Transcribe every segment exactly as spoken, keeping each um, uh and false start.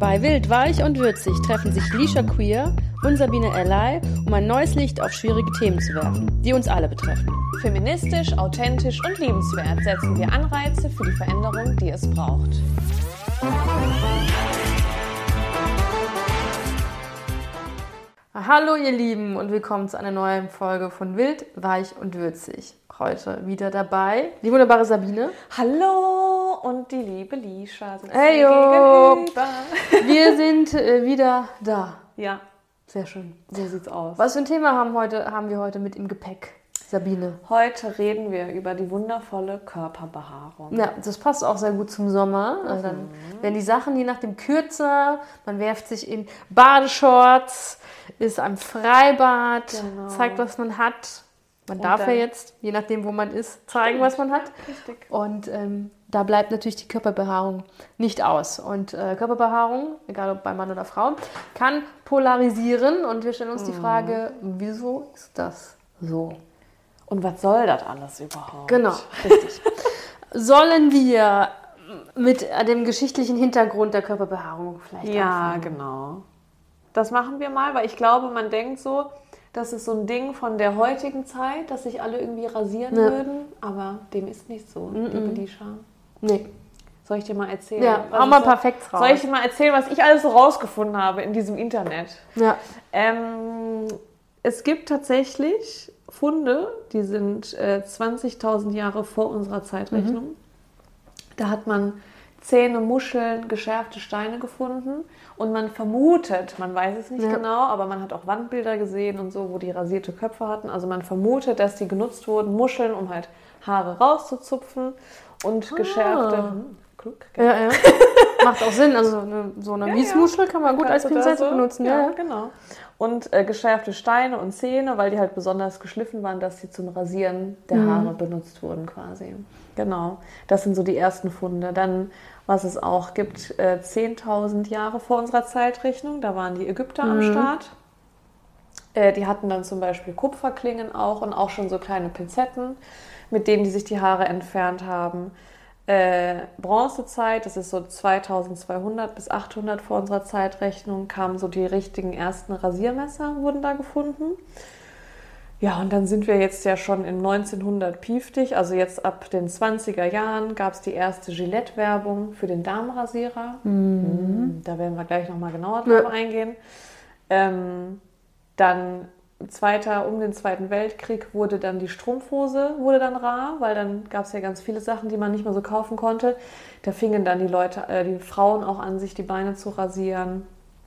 Bei Wild, Weich und Würzig treffen sich Lisha Queer und Sabine Ellay, um ein neues Licht auf schwierige Themen zu werfen, die uns alle betreffen. Feministisch, authentisch und liebenswert setzen wir Anreize für die Veränderung, die es braucht. Hallo ihr Lieben und willkommen zu einer neuen Folge von Wild, Weich und Würzig. Heute wieder dabei die wunderbare Sabine. Hallo und die liebe Lisha. Hey yo. Wir sind äh, wieder da. Ja, Sehr schön. so sieht's aus. Was für ein Thema haben, heute, haben wir heute mit im Gepäck, Sabine? Heute reden wir über die wundervolle Körperbehaarung. Ja, das passt auch sehr gut zum Sommer. Also dann werden die Sachen je nachdem kürzer, man werft sich in Badeshorts, ist am Freibad, Genau. zeigt, was man hat. Man Und darf ja dann- jetzt, je nachdem, wo man ist, zeigen, was man hat. Richtig. Und ähm, da bleibt natürlich die Körperbehaarung nicht aus. Und äh, Körperbehaarung, egal ob bei Mann oder Frau, kann polarisieren. Und wir stellen uns die Frage, wieso ist das so? Und was soll das alles überhaupt? Genau, richtig. Sollen wir mit dem geschichtlichen Hintergrund der Körperbehaarung vielleicht Ja, anfangen? genau. Das machen wir mal, weil ich glaube, man denkt so, das ist so ein Ding von der heutigen Zeit, dass sich alle irgendwie rasieren Ja. würden, aber dem ist nicht so, liebe Lisha. Nee. Soll ich dir mal erzählen? Ja, was hau mal ich ein paar Facts raus. Soll ich dir mal erzählen, was ich alles so rausgefunden habe in diesem Internet? Ja. Ähm, es gibt tatsächlich Funde, die sind äh, zwanzigtausend Jahre vor unserer Zeitrechnung. Mhm. Da hat man Zähne, Muscheln, geschärfte Steine gefunden und man vermutet, man weiß es nicht Ja. genau, aber man hat auch Wandbilder gesehen und so, wo die rasierte Köpfe hatten. Also man vermutet, dass die genutzt wurden, Muscheln, um halt Haare rauszuzupfen und geschärfte... Hm, klug, gell? Ja, ja. Macht auch Sinn. Also eine, so eine Ja, Miesmuschel kann man gut als Kannst du da Pinzette so? benutzen. Ja, Ja, ja. genau. Und äh, geschärfte Steine und Zähne, weil die halt besonders geschliffen waren, dass sie zum Rasieren der Mhm. Haare benutzt wurden quasi. Genau, das sind so die ersten Funde. Dann, was es auch gibt, äh, zehntausend Jahre vor unserer Zeitrechnung, da waren die Ägypter am Mhm. Start. Äh, die hatten dann zum Beispiel Kupferklingen auch und auch schon so kleine Pinzetten, mit denen die sich die Haare entfernt haben. Äh, Bronzezeit, das ist so zweitausendzweihundert bis achthundert vor unserer Zeitrechnung, kamen so die richtigen ersten Rasiermesser, wurden da gefunden. Ja, und dann sind wir jetzt ja schon in neunzehnhundert pieftig, also jetzt ab den zwanziger Jahren gab es die erste Gillette-Werbung für den Darmrasierer. Mhm. Da werden wir gleich nochmal genauer drauf Ja. eingehen. Ähm, dann Zweiter, um den Zweiten Weltkrieg wurde dann die Strumpfhose wurde dann rar, weil dann gab es ja ganz viele Sachen, die man nicht mehr so kaufen konnte. Da fingen dann die Leute, äh, die Frauen auch an, sich die Beine zu rasieren.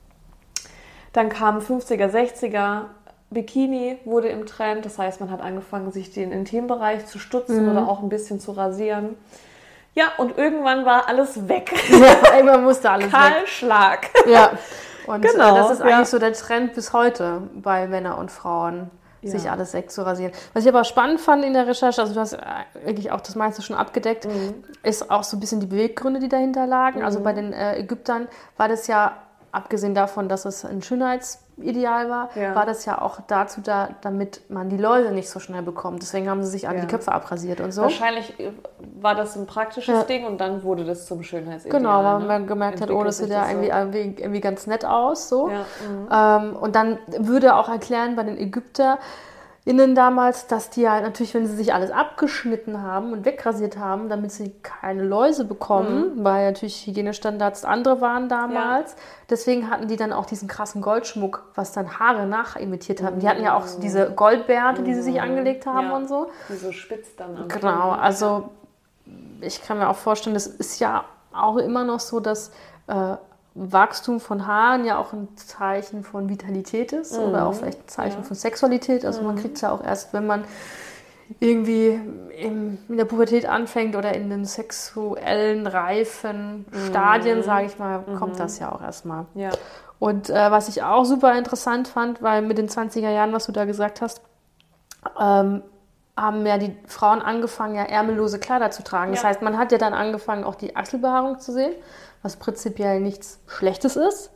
Dann kamen fünfziger, sechziger, Bikini wurde im Trend. Das heißt, man hat angefangen, sich den Intimbereich zu stutzen Mhm. oder auch ein bisschen zu rasieren. Ja, und irgendwann war alles weg. Ja, irgendwann musste alles weg. Kahlschlag. Ja. Und Genau, äh, das ist eigentlich ja. so der Trend bis heute bei Männern und Frauen, sich Ja. alles wegzurasieren. Was ich aber spannend fand in der Recherche, also du hast äh, wirklich auch das meiste schon abgedeckt, Mhm. ist auch so ein bisschen die Beweggründe, die dahinter lagen. Also bei den äh, Ägyptern war das ja, abgesehen davon, dass es ein Schönheitsideal war, Ja. war das ja auch dazu da, damit man die Läuse nicht so schnell bekommt. Deswegen haben sie sich alle Ja. die Köpfe abrasiert und so. Wahrscheinlich äh, war das ein praktisches Ja. Ding und dann wurde das zum Schönheitsideal. Genau, weil ne? man gemerkt hat, oh, Entwickelt das sieht sich ja das so. irgendwie, irgendwie, irgendwie ganz nett aus. So. Ja, mhm. Ähm, und dann würde auch erklären bei den EgypterInnen damals, dass die halt natürlich, wenn sie sich alles abgeschnitten haben und wegrasiert haben, damit sie keine Läuse bekommen, weil natürlich Hygienestandards andere waren damals. Deswegen hatten die dann auch diesen krassen Goldschmuck, was dann Haare nachimitiert haben. Die hatten ja auch so diese Goldbärte, die sie sich angelegt haben Ja. und so. Die so spitz dann am Genau, Kinn. also ich kann mir auch vorstellen, das ist ja auch immer noch so, dass äh, Wachstum von Haaren ja auch ein Zeichen von Vitalität ist oder auch vielleicht ein Zeichen Ja. von Sexualität. Also man kriegt es ja auch erst, wenn man irgendwie im, in der Pubertät anfängt oder in den sexuellen reifen Stadien, sage ich mal, kommt das ja auch erstmal. Ja. Und äh, was ich auch super interessant fand, weil mit den zwanziger Jahren, was du da gesagt hast, ähm, haben ja die Frauen angefangen, ja ärmellose Kleider zu tragen. Das Ja. heißt, man hat ja dann angefangen, auch die Achselbehaarung zu sehen, was prinzipiell nichts Schlechtes ist.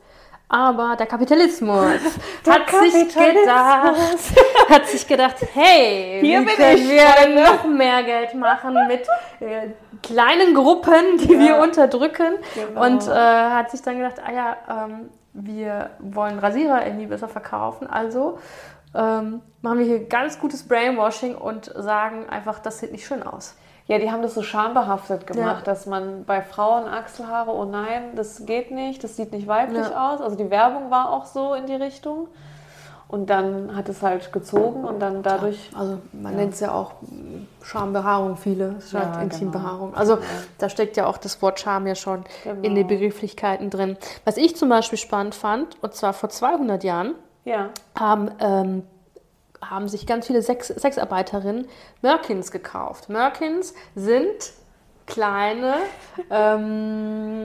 Aber der Kapitalismus Der hat sich gedacht, hat sich gedacht, hey, Hier wie bin können ich, wir Freunde. noch mehr Geld machen mit äh, kleinen Gruppen, die Ja. wir unterdrücken. Genau. Und äh, hat sich dann gedacht, ah ja, ähm, wir wollen Rasierer irgendwie besser verkaufen, also ähm, machen wir hier ganz gutes Brainwashing und sagen einfach, das sieht nicht schön aus. Ja, die haben das so schambehaftet gemacht, Ja. dass man bei Frauen Achselhaare, oh nein, das geht nicht, das sieht nicht weiblich Ja. aus. Also die Werbung war auch so in die Richtung. Und dann hat es halt gezogen und dann dadurch... Also man Ja. nennt es ja auch mm, Schambehaarung, viele statt Ja, Intimbehaarung. Also Ja. da steckt ja auch das Wort Scham ja schon Genau. in den Begrifflichkeiten drin. Was ich zum Beispiel spannend fand, und zwar vor zweihundert Jahren, Ja, haben, ähm, haben sich ganz viele Sex Sexarbeiterinnen Merkins gekauft. Merkins sind kleine ähm,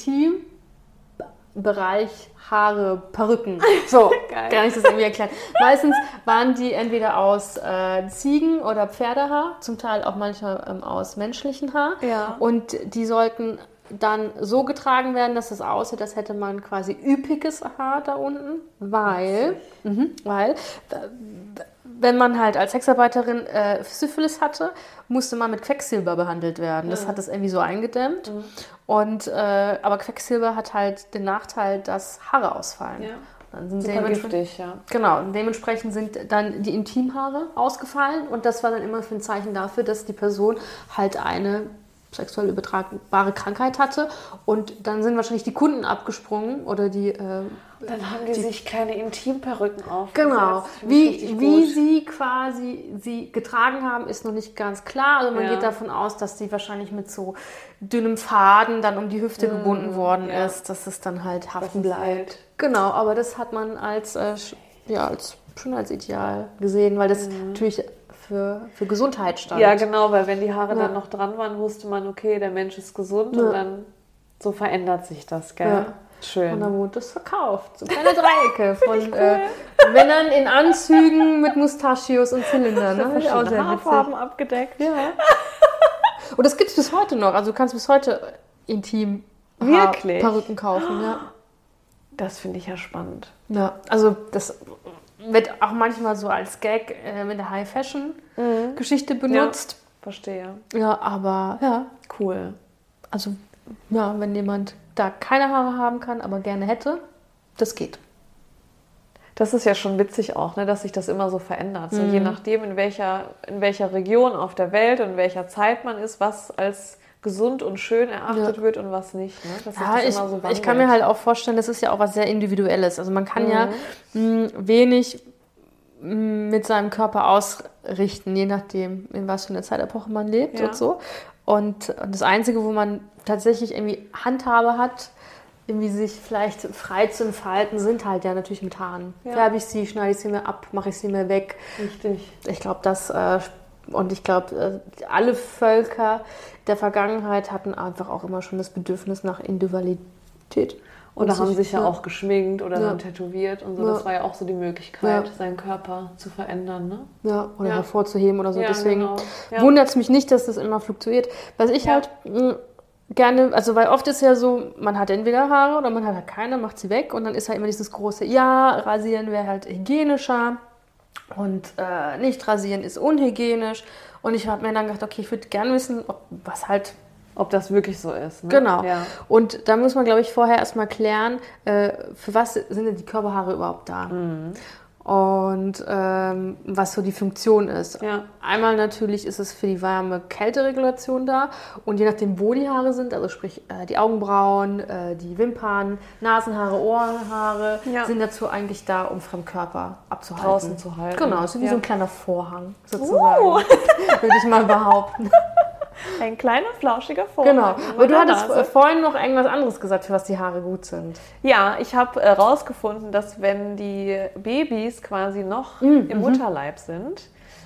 Intimbereich Haare, Perücken. So, Geil. kann ich das irgendwie erklären. Meistens waren die entweder aus äh, Ziegen- oder Pferdehaar, zum Teil auch manchmal ähm, aus menschlichem Haar. Ja. Und die sollten dann so getragen werden, dass es aussieht, als hätte man quasi üppiges Haar da unten, weil, mhm, weil äh, wenn man halt als Sexarbeiterin äh, Syphilis hatte, musste man mit Quecksilber behandelt werden. Das Ja. hat es irgendwie so eingedämmt. Mhm. Und, äh, aber Quecksilber hat halt den Nachteil, dass Haare ausfallen. ja. Dann sind Super dementsprechend- giftig, ja. Genau, und dementsprechend sind dann die Intimhaare ausgefallen und das war dann immer für ein Zeichen dafür, dass die Person halt eine sexuell übertragbare Krankheit hatte und dann sind wahrscheinlich die Kunden abgesprungen oder die... Äh, Dann haben die, sich kleine Intimperücken aufgesetzt. Genau, Finde ich wie, richtig wie gut. sie quasi sie getragen haben, ist noch nicht ganz klar. Also man Ja. geht davon aus, dass sie wahrscheinlich mit so dünnem Faden dann um die Hüfte gebunden worden ja. ist, dass es dann halt Das haften ist bleibt. halt- Genau, aber das hat man als, äh, sch- ja, als Schönheitsideal gesehen, weil das natürlich für, für Gesundheit stand. Ja, genau, weil wenn die Haare Ja. dann noch dran waren, wusste man, okay, der Mensch ist gesund Ja. und dann so verändert sich das, gell? Ja. Schön. Und dann wurde das verkauft. So kleine Dreiecke von äh, Männern in Anzügen mit Mustachios und Zylindern. Ne? Auch sehr Verschiedene witzig. Haarfarben abgedeckt. Ja. Und das gibt es bis heute noch. Also du kannst bis heute intim Wirklich? Perücken kaufen. Ja. Das finde ich ja spannend. Ja, also das wird auch manchmal so als Gag äh, in der High-Fashion-Geschichte benutzt. Verstehe. Ja. aber ja, Cool. also ja, wenn jemand da keine Haare haben kann, aber gerne hätte, das geht. Das ist ja schon witzig auch, ne, dass sich das immer so verändert. So, Mhm. je nachdem, in welcher, in welcher Region auf der Welt und in welcher Zeit man ist, was als gesund und schön erachtet Ja. wird und was nicht. Ne? Dass sich Ja, das ich, immer so ich kann mir wandelt. halt auch vorstellen, das ist ja auch was sehr Individuelles. Also man kann Mhm. ja mh, wenig mh, mit seinem Körper ausrichten, je nachdem, in was für einer Zeitepoche man lebt Ja. und so. Und, und das Einzige, wo man tatsächlich irgendwie Handhabe hat, irgendwie sich vielleicht frei zu entfalten, sind halt ja natürlich mit Haaren. Ja. Färbe ich sie, schneide ich sie mir ab, mache ich sie mir weg. Richtig. Ich glaube, das äh, und ich glaube, äh, alle Völker der Vergangenheit hatten einfach auch immer schon das Bedürfnis nach Individualität. Oder Und haben sich- sich ja ja. auch geschminkt oder Ja. dann tätowiert und so. Ja. Das war ja auch so die Möglichkeit, Ja. seinen Körper zu verändern. Ne? Ja, oder Ja. hervorzuheben oder so. Ja, Deswegen genau. Ja. wundert es mich nicht, dass das immer fluktuiert. Was ich Ja. halt mh, gerne, also weil oft ist ja so, man hat entweder Haare oder man hat halt keine, macht sie weg und dann ist halt immer dieses große, ja, rasieren wäre halt hygienischer und äh, nicht rasieren ist unhygienisch. Und ich habe mir dann gedacht, okay, ich würde gerne wissen, ob, was halt Ob das wirklich so ist. Ne? Genau. Ja. Und da muss man, glaube ich, vorher erstmal klären, äh, für was sind denn die Körperhaare überhaupt da? Mhm. Und ähm, was so die Funktion ist. Ja. Einmal natürlich ist es für die Wärme-Kälte-Regulation da und je nachdem, wo die Haare sind, also sprich äh, die Augenbrauen, äh, die Wimpern, Nasenhaare, Ohrenhaare, Ja. sind dazu eigentlich da, um Fremdkörper abzuhalten. Draußen zu halten. Genau, so wie Ja. so ein kleiner Vorhang sozusagen, Uh. würde ich mal behaupten. Ein kleiner, flauschiger Vorhang. Genau. in Aber du meiner hattest Nase. vorhin noch irgendwas anderes gesagt, für was die Haare gut sind. Ja, ich habe herausgefunden, dass wenn die Babys quasi noch Mhm. im Mutterleib sind,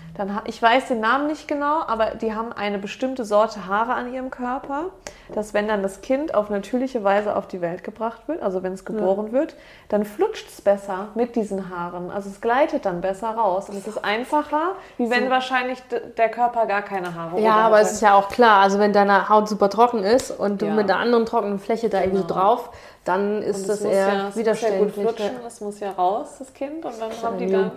Dann ha- ich weiß den Namen nicht genau, aber die haben eine bestimmte Sorte Haare an ihrem Körper, dass wenn dann das Kind auf natürliche Weise auf die Welt gebracht wird, also wenn es geboren ja. wird, dann flutscht es besser mit diesen Haaren. Also es gleitet dann besser raus und es ist einfacher, wie wenn so. wahrscheinlich d- der Körper gar keine Haare Ja, aber es ist ja auch klar, also wenn deine Haut super trocken ist und du ja. mit einer anderen trockenen Fläche da genau. irgendwie so drauf, dann ist das eher ja, widerständig. Es muss ja gut flutschen, das muss ja raus, das Kind, und dann haben die dann...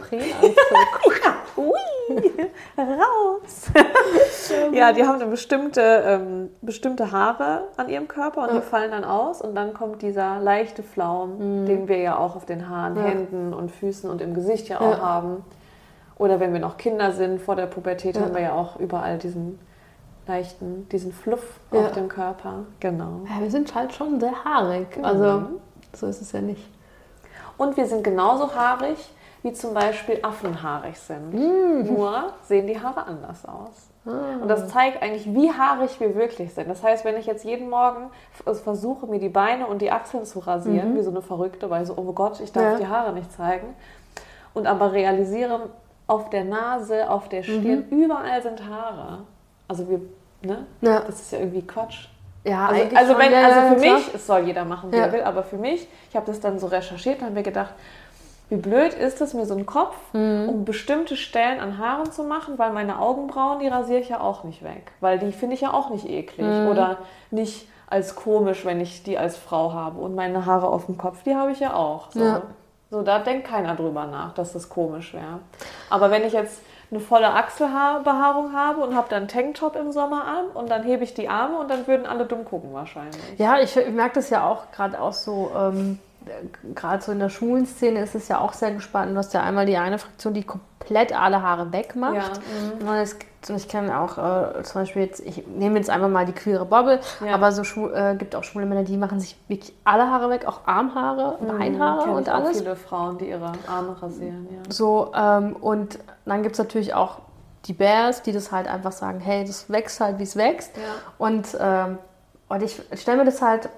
Ui, raus! Ja, die haben dann bestimmte, ähm, bestimmte Haare an ihrem Körper und ja. die fallen dann aus und dann kommt dieser leichte Flaum, mhm. den wir ja auch auf den Haaren, ja. Händen und Füßen und im Gesicht ja auch ja. haben. Oder wenn wir noch Kinder sind, vor der Pubertät ja. haben wir ja auch überall diesen leichten, diesen Fluff ja. auf dem Körper. Genau. Ja, wir sind halt schon sehr haarig, also mhm. so ist es ja nicht. Und wir sind genauso haarig, wie zum Beispiel Affen haarig sind. Mm. Nur sehen die Haare anders aus. Mm. Und das zeigt eigentlich, wie haarig wir wirklich sind. Das heißt, wenn ich jetzt jeden Morgen versuche, mir die Beine und die Achseln zu rasieren, mm. wie so eine Verrückte, weil so, oh Gott, ich darf ja. die Haare nicht zeigen, und aber realisiere, auf der Nase, auf der Stirn, mm. überall sind Haare. Also wir, ne? Ja. Das ist ja irgendwie Quatsch. Ja, also, eigentlich also, wenn, ja, also für klar. mich, es soll jeder machen, wie ja. er will, aber für mich, ich habe das dann so recherchiert und habe mir gedacht, wie blöd ist es, mir so einen Kopf mhm. um bestimmte Stellen an Haaren zu machen, weil meine Augenbrauen, die rasiere ich ja auch nicht weg. Weil die finde ich ja auch nicht eklig mhm. oder nicht als komisch, wenn ich die als Frau habe. Und meine Haare auf dem Kopf, die habe ich ja auch. So, ja. so da denkt keiner drüber nach, dass das komisch wäre. Aber wenn ich jetzt eine volle Achselbehaarung habe und habe dann einen Tanktop im Sommer an und dann hebe ich die Arme und dann würden alle dumm gucken wahrscheinlich. Ja, ich, ich merke das ja auch gerade auch so... Ähm gerade so in der schwulen Szene ist es ja auch sehr gespannt. Du hast ja einmal die eine Fraktion, die komplett alle Haare wegmacht. Ja, und es gibt, und ich kenne auch äh, zum Beispiel jetzt, ich nehme jetzt einfach mal die queere Bobble, ja. aber so schwul, äh, gibt auch schwule Männer, die machen sich wirklich alle Haare weg, auch Armhaare, mhm, Beinhaare und alles. Es gibt viele Frauen, die ihre Arme rasieren. Ja. So, ähm, und dann gibt es natürlich auch die Bears, die das halt einfach sagen, hey, das wächst halt, wie es wächst. Ja. Und, ähm, und ich stelle mir das halt...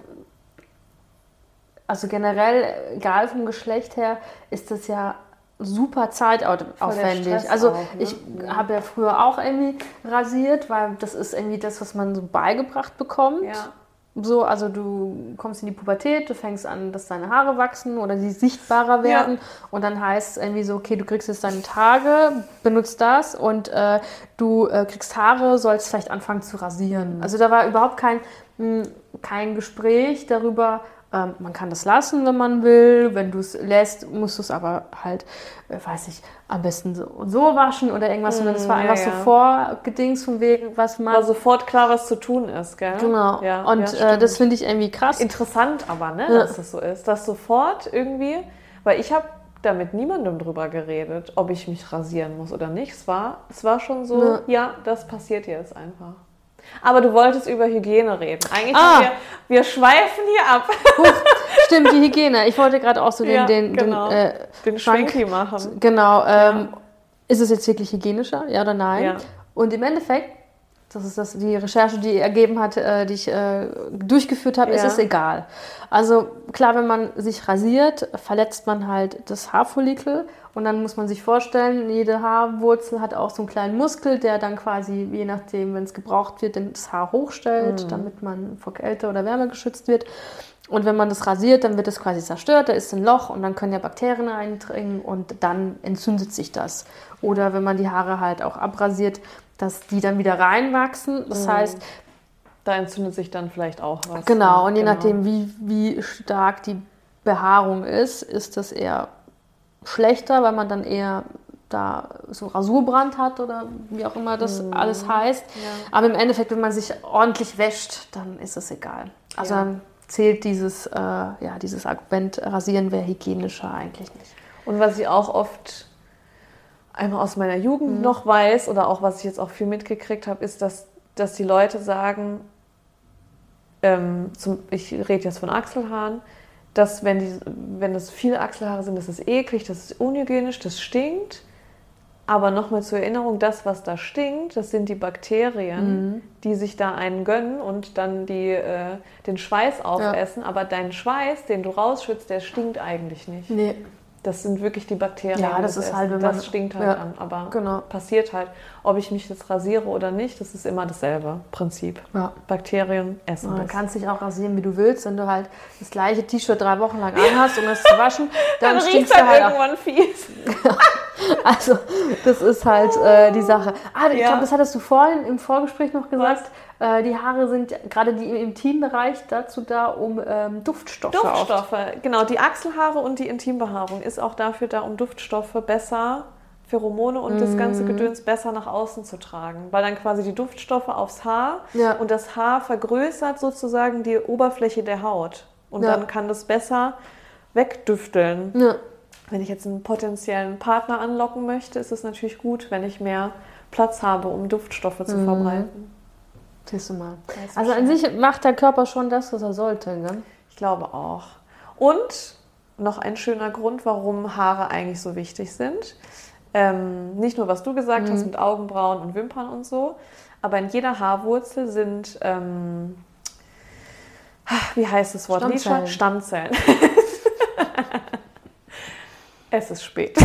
Also generell, egal vom Geschlecht her, ist das ja super zeitaufwendig. Also auch, ne? Ich ja. habe ja früher auch irgendwie rasiert, weil das ist irgendwie das, was man so beigebracht bekommt. Ja. So, also du kommst in die Pubertät, du fängst an, dass deine Haare wachsen oder sie sichtbarer werden. Ja. Und dann heißt es irgendwie so, okay, du kriegst jetzt deine Tage, benutzt das und äh, du äh, kriegst Haare, sollst vielleicht anfangen zu rasieren. Mhm. Also da war überhaupt kein, mh, kein Gespräch darüber. Man kann das lassen, wenn man will. Wenn du es lässt, musst du es aber halt, weiß ich, am besten so und so waschen oder irgendwas. Mm, und das war einfach ja, ja. so vorgedings von wegen, was man... War sofort klar, was zu tun ist, gell? Genau. Ja, und ja, äh, das finde ich irgendwie krass. Interessant aber, ne, ja. dass das so ist. Dass sofort irgendwie... Weil ich habe da mit niemandem drüber geredet, ob ich mich rasieren muss oder nicht. Es war, es war schon so, ja, ja das passiert jetzt einfach. Aber du wolltest über Hygiene reden. Eigentlich ah. wir, wir schweifen hier ab. Huch, stimmt, die Hygiene. Ich wollte gerade auch so den, ja, den, genau. den, äh, den Schwenki machen. Genau. Ähm, ja. Ist es jetzt wirklich hygienischer? Ja oder nein? Ja. Und im Endeffekt, das ist das, die Recherche, die ergeben hat, äh, die ich äh, durchgeführt habe, ja. ist es egal. Also klar, wenn man sich rasiert, verletzt man halt das Haarfollikel. Und dann muss man sich vorstellen, jede Haarwurzel hat auch so einen kleinen Muskel, der dann quasi, je nachdem, wenn es gebraucht wird, das Haar hochstellt, mhm. damit man vor Kälte oder Wärme geschützt wird. Und wenn man das rasiert, dann wird es quasi zerstört, da ist ein Loch und dann können ja Bakterien eindringen und dann entzündet sich das. Oder wenn man die Haare halt auch abrasiert, dass die dann wieder reinwachsen. Das mhm. heißt... Da entzündet sich dann vielleicht auch was. Genau, und je genau. nachdem, wie, wie stark die Behaarung ist, ist das eher... schlechter, weil man dann eher da so Rasurbrand hat oder wie auch immer das mm. alles heißt. Ja. Aber im Endeffekt, wenn man sich ordentlich wäscht, dann ist es egal. Also ja. dann zählt dieses, äh, ja, dieses Argument, Rasieren wäre hygienischer eigentlich nicht. Und was ich auch oft einmal aus meiner Jugend mm. noch weiß oder auch was ich jetzt auch viel mitgekriegt habe, ist, dass, dass die Leute sagen, ähm, zum, ich rede jetzt von Achselhaaren, dass wenn, die, wenn das viele Achselhaare sind, das ist eklig, das ist unhygienisch, das stinkt. Aber nochmal zur Erinnerung, das, was da stinkt, das sind die Bakterien, mhm. die sich da einen gönnen und dann die, äh, den Schweiß aufessen. Ja. Aber dein Schweiß, den du rausschwitzt, der stinkt eigentlich nicht. Nee. Das sind wirklich die Bakterien. Ja, das die ist essen. halt, wenn man- Das stinkt halt ja, an, aber genau. passiert halt. Ob ich mich jetzt rasiere oder nicht, das ist immer dasselbe Prinzip. Ja. Bakterien essen Und dann das. kannst du dich auch rasieren, wie du willst. Wenn du halt das gleiche T-Shirt drei Wochen lang anhast, um das zu waschen, dann, Dann stinkst riecht du halt halt auch. irgendwann fies. Also, das ist halt äh, die Sache. Ah, ich Ja. glaube, das hattest du vorhin im Vorgespräch noch gesagt. Äh, die Haare sind gerade die im Intimbereich dazu da, um ähm, Duftstoffe, Duftstoffe, genau. Die Achselhaare und die Intimbehaarung ist auch dafür da, um Duftstoffe besser, Pheromone und das ganze Gedöns besser nach außen zu tragen. Weil dann quasi die Duftstoffe aufs Haar Ja. und das Haar vergrößert sozusagen die Oberfläche der Haut. Und Ja. dann kann das besser wegdüfteln. Ja. Wenn ich jetzt einen potenziellen Partner anlocken möchte, ist es natürlich gut, wenn ich mehr Platz habe, um Duftstoffe zu verbreiten. Siehst du mal. Weiß Also an sich macht der Körper schon das, was er sollte. Ne? Ich glaube auch. Und noch ein schöner Grund, warum Haare eigentlich so wichtig sind. Ähm, nicht nur, was du gesagt hast mit Augenbrauen und Wimpern und so, aber in jeder Haarwurzel sind, ähm, wie heißt das Wort? Stammzellen. Lisha? Stammzellen. Es ist spät.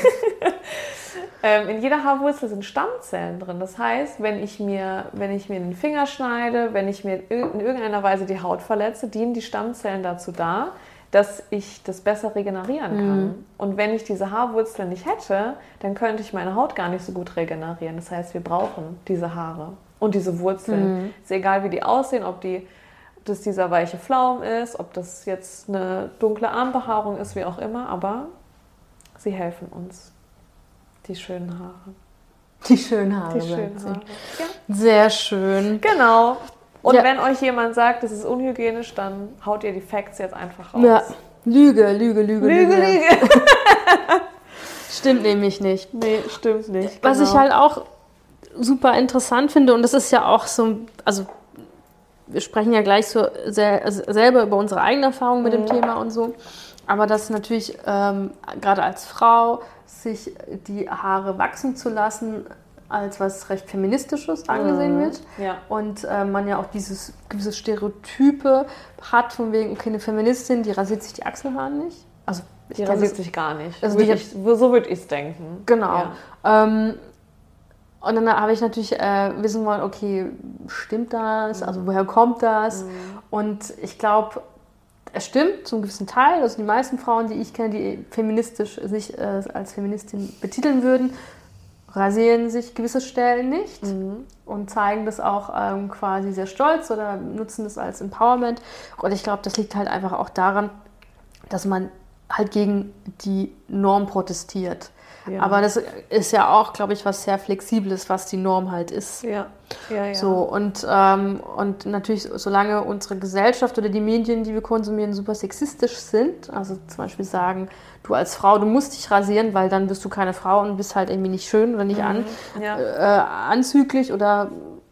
ähm, in jeder Haarwurzel sind Stammzellen drin. Das heißt, wenn ich mir, wenn ich mir den Finger schneide, wenn ich mir in irgendeiner Weise die Haut verletze, dienen die Stammzellen dazu da, dass ich das besser regenerieren kann. Mhm. Und wenn ich diese Haarwurzel nicht hätte, dann könnte ich meine Haut gar nicht so gut regenerieren. Das heißt, wir brauchen diese Haare und diese Wurzeln. Mhm. Ist egal, wie die aussehen, ob die ob das dieser weiche Flaum ist, ob das jetzt eine dunkle Armbehaarung ist, wie auch immer, aber sie helfen uns. Die schönen Haare. Die schönen Haare. Die schönen Haare. Ja. Sehr schön. Genau. Und Ja. wenn euch jemand sagt, das ist unhygienisch, dann haut ihr die Facts jetzt einfach raus. Ja. Lüge, Lüge, Lüge, Lüge, Lüge. Stimmt nämlich nicht. Nee, stimmt nicht. Was genau. ich halt auch super interessant finde, und das ist ja auch so, also wir sprechen ja gleich so sehr, also selber über unsere eigene Erfahrung mit dem Thema und so, aber dass natürlich ähm, gerade als Frau sich die Haare wachsen zu lassen als was recht Feministisches angesehen wird. Ja. Und äh, man ja auch dieses gewisse Stereotype hat, von wegen, okay, eine Feministin, die rasiert sich die Achselhaare nicht. Also ich Die kenn rasiert das- sich gar nicht. Also Würde die ich, so würde ich es denken. Genau. Ja. Ähm, und dann habe ich natürlich äh, wissen wollen, okay, stimmt das? Also woher kommt das? Mhm. Und ich glaube, es stimmt zum gewissen Teil. Also die meisten Frauen, die ich kenne, die feministisch sich äh, als Feministin betiteln würden, rasieren sich gewisse Stellen nicht Mhm. und zeigen das auch ähm, quasi sehr stolz oder nutzen das als Empowerment. Und ich glaube, das liegt halt einfach auch daran, dass man halt gegen die Norm protestiert. Ja. Aber das ist ja auch, glaube ich, was sehr Flexibles, was die Norm halt ist. Ja, ja, ja. So, und, ähm, und natürlich, solange unsere Gesellschaft oder die Medien, die wir konsumieren, super sexistisch sind, also zum Beispiel sagen, du als Frau, du musst dich rasieren, weil dann bist du keine Frau und bist halt irgendwie nicht schön oder nicht an, Ja. äh, anzüglich oder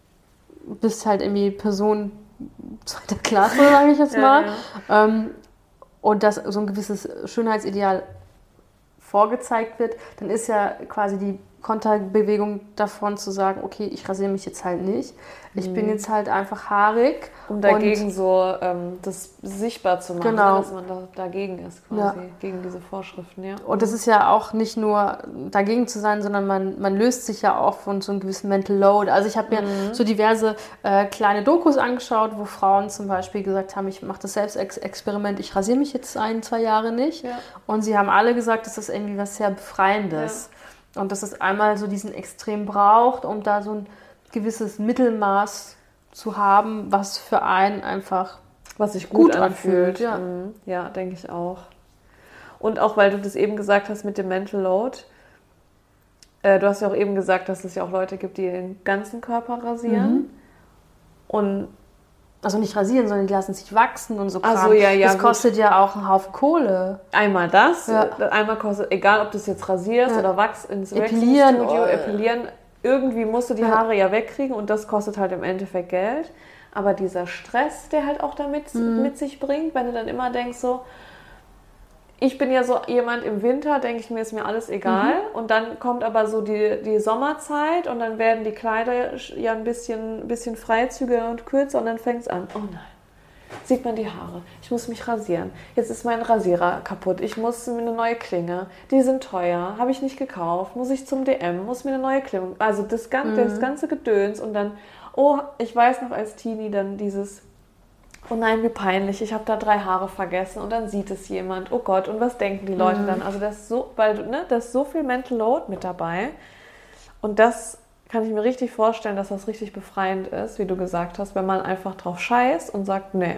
bist halt irgendwie Person zweiter Klasse, sage ich jetzt Ja, mal. ja. Ähm, und dass so ein gewisses Schönheitsideal vorgezeigt wird, dann ist ja quasi die Konterbewegung davon zu sagen, okay, ich rasiere mich jetzt halt nicht. Ich bin jetzt halt einfach haarig. Um dagegen so ähm, das sichtbar zu machen, Genau. ne, dass man da, dagegen ist quasi, Ja. gegen diese Vorschriften, ja. Und das ist ja auch nicht nur dagegen zu sein, sondern man, man löst sich ja auch von so einem gewissen Mental Load. Also ich habe mir so diverse äh, kleine Dokus angeschaut, wo Frauen zum Beispiel gesagt haben, ich mache das Selbstexperiment, ich rasiere mich jetzt ein, zwei Jahre nicht. Ja. Und sie haben alle gesagt, dass das irgendwie was sehr Befreiendes. Und dass es einmal so diesen Extrem braucht, um da so ein gewisses Mittelmaß zu haben, was für einen einfach Was sich gut, gut anfühlt. anfühlt, ja. Mhm. Ja, denke ich auch. Und auch, weil du das eben gesagt hast mit dem Mental Load, äh, du hast ja auch eben gesagt, dass es ja auch Leute gibt, die den ganzen Körper rasieren. Und also nicht rasieren, sondern die lassen sich wachsen und so Ach Kram. so, ja, ja, das gut. kostet ja auch einen Haufen Kohle. einmal das, Ja. einmal kostet, egal ob du es jetzt rasierst Ja. oder wachst ins Epilieren, Waxing-Studio, oh. epilieren, irgendwie musst du die Ja. Haare ja wegkriegen und das kostet halt im Endeffekt Geld. Aber dieser Stress, der halt auch damit Mhm. mit sich bringt, wenn du dann immer denkst so, ich bin ja so jemand im Winter, denke ich mir, ist mir alles egal. Mhm. Und dann kommt aber so die, die Sommerzeit und dann werden die Kleider ja ein bisschen, bisschen freizügiger und kürzer und dann fängt es an, oh nein. sieht man die Haare. Ich muss mich rasieren. Jetzt ist mein Rasierer kaputt. Ich muss mir eine neue Klinge. Die sind teuer. Habe ich nicht gekauft. Muss ich zum D M. Muss mir eine neue Klinge. Also das ganze, mhm. das ganze Gedöns. Und dann, oh, ich weiß noch als Teenie dann dieses, oh nein, wie peinlich. Ich habe da drei Haare vergessen. Und dann sieht es jemand. Oh Gott, und was denken die Leute mhm. dann? Also das ist so, weil, ne, da ist so viel Mental Load mit dabei. Und das kann ich mir richtig vorstellen, dass das richtig befreiend ist, wie du gesagt hast, wenn man einfach drauf scheißt und sagt, nee.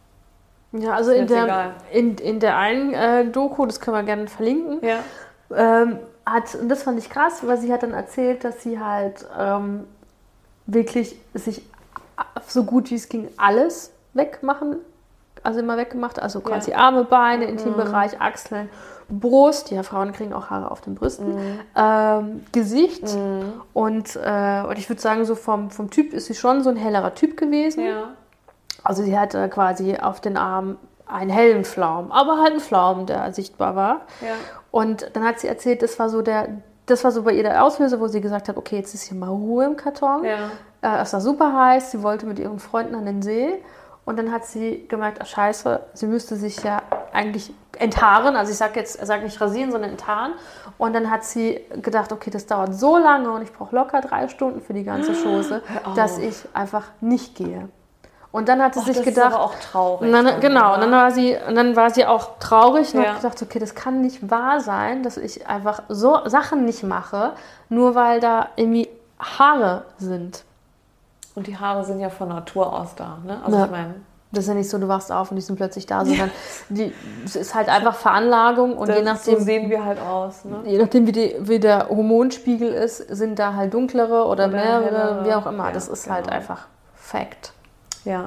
Ja, also in der, in, in der einen äh, Doku, das können wir gerne verlinken, ja. ähm, hat, und das fand ich krass, weil sie hat dann erzählt, dass sie halt ähm, wirklich sich so gut wie es ging alles wegmachen, also immer weggemacht, also quasi ja. Arme, Beine, Intimbereich, mhm. Achseln, Brust, ja, Frauen kriegen auch Haare auf den Brüsten, mhm. ähm, Gesicht mhm. und, äh, und ich würde sagen, so vom, vom Typ ist sie schon so ein hellerer Typ gewesen. Ja. Also sie hatte quasi auf den Armen einen hellen Flaum, aber halt einen Flaum, der sichtbar war. Ja. Und dann hat sie erzählt, das war so der, das war so bei ihr der Auslöser, wo sie gesagt hat, okay, jetzt ist hier mal Ruhe im Karton. Ja. Äh, es war super heiß, sie wollte mit ihren Freunden an den See. Und dann hat sie gemerkt, ach scheiße, sie müsste sich ja eigentlich enthaaren. Also ich sage jetzt, er sagt nicht rasieren, sondern enthaaren. Und dann hat sie gedacht, okay, das dauert so lange und ich brauche locker drei Stunden für die ganze Chose, dass ich einfach nicht gehe. Und dann hat sie Och, sich das gedacht, ist aber auch traurig. Und dann, dann, genau, oder? und dann war sie, und dann war sie auch traurig und ja. hat gedacht, okay, das kann nicht wahr sein, dass ich einfach so Sachen nicht mache, nur weil da irgendwie Haare sind. Und die Haare sind ja von Natur aus da, ne? Also ja. ich meine, das ist ja nicht so, du wachst auf und die sind plötzlich da, sondern die, es ist halt einfach Veranlagung und das, je nachdem, so sehen wir halt aus. Ne? Je nachdem, wie, die, wie der Hormonspiegel ist, sind da halt dunklere oder, oder mehrere, hellere, wie auch immer. Ja, das ist genau. halt einfach Fact. Ja.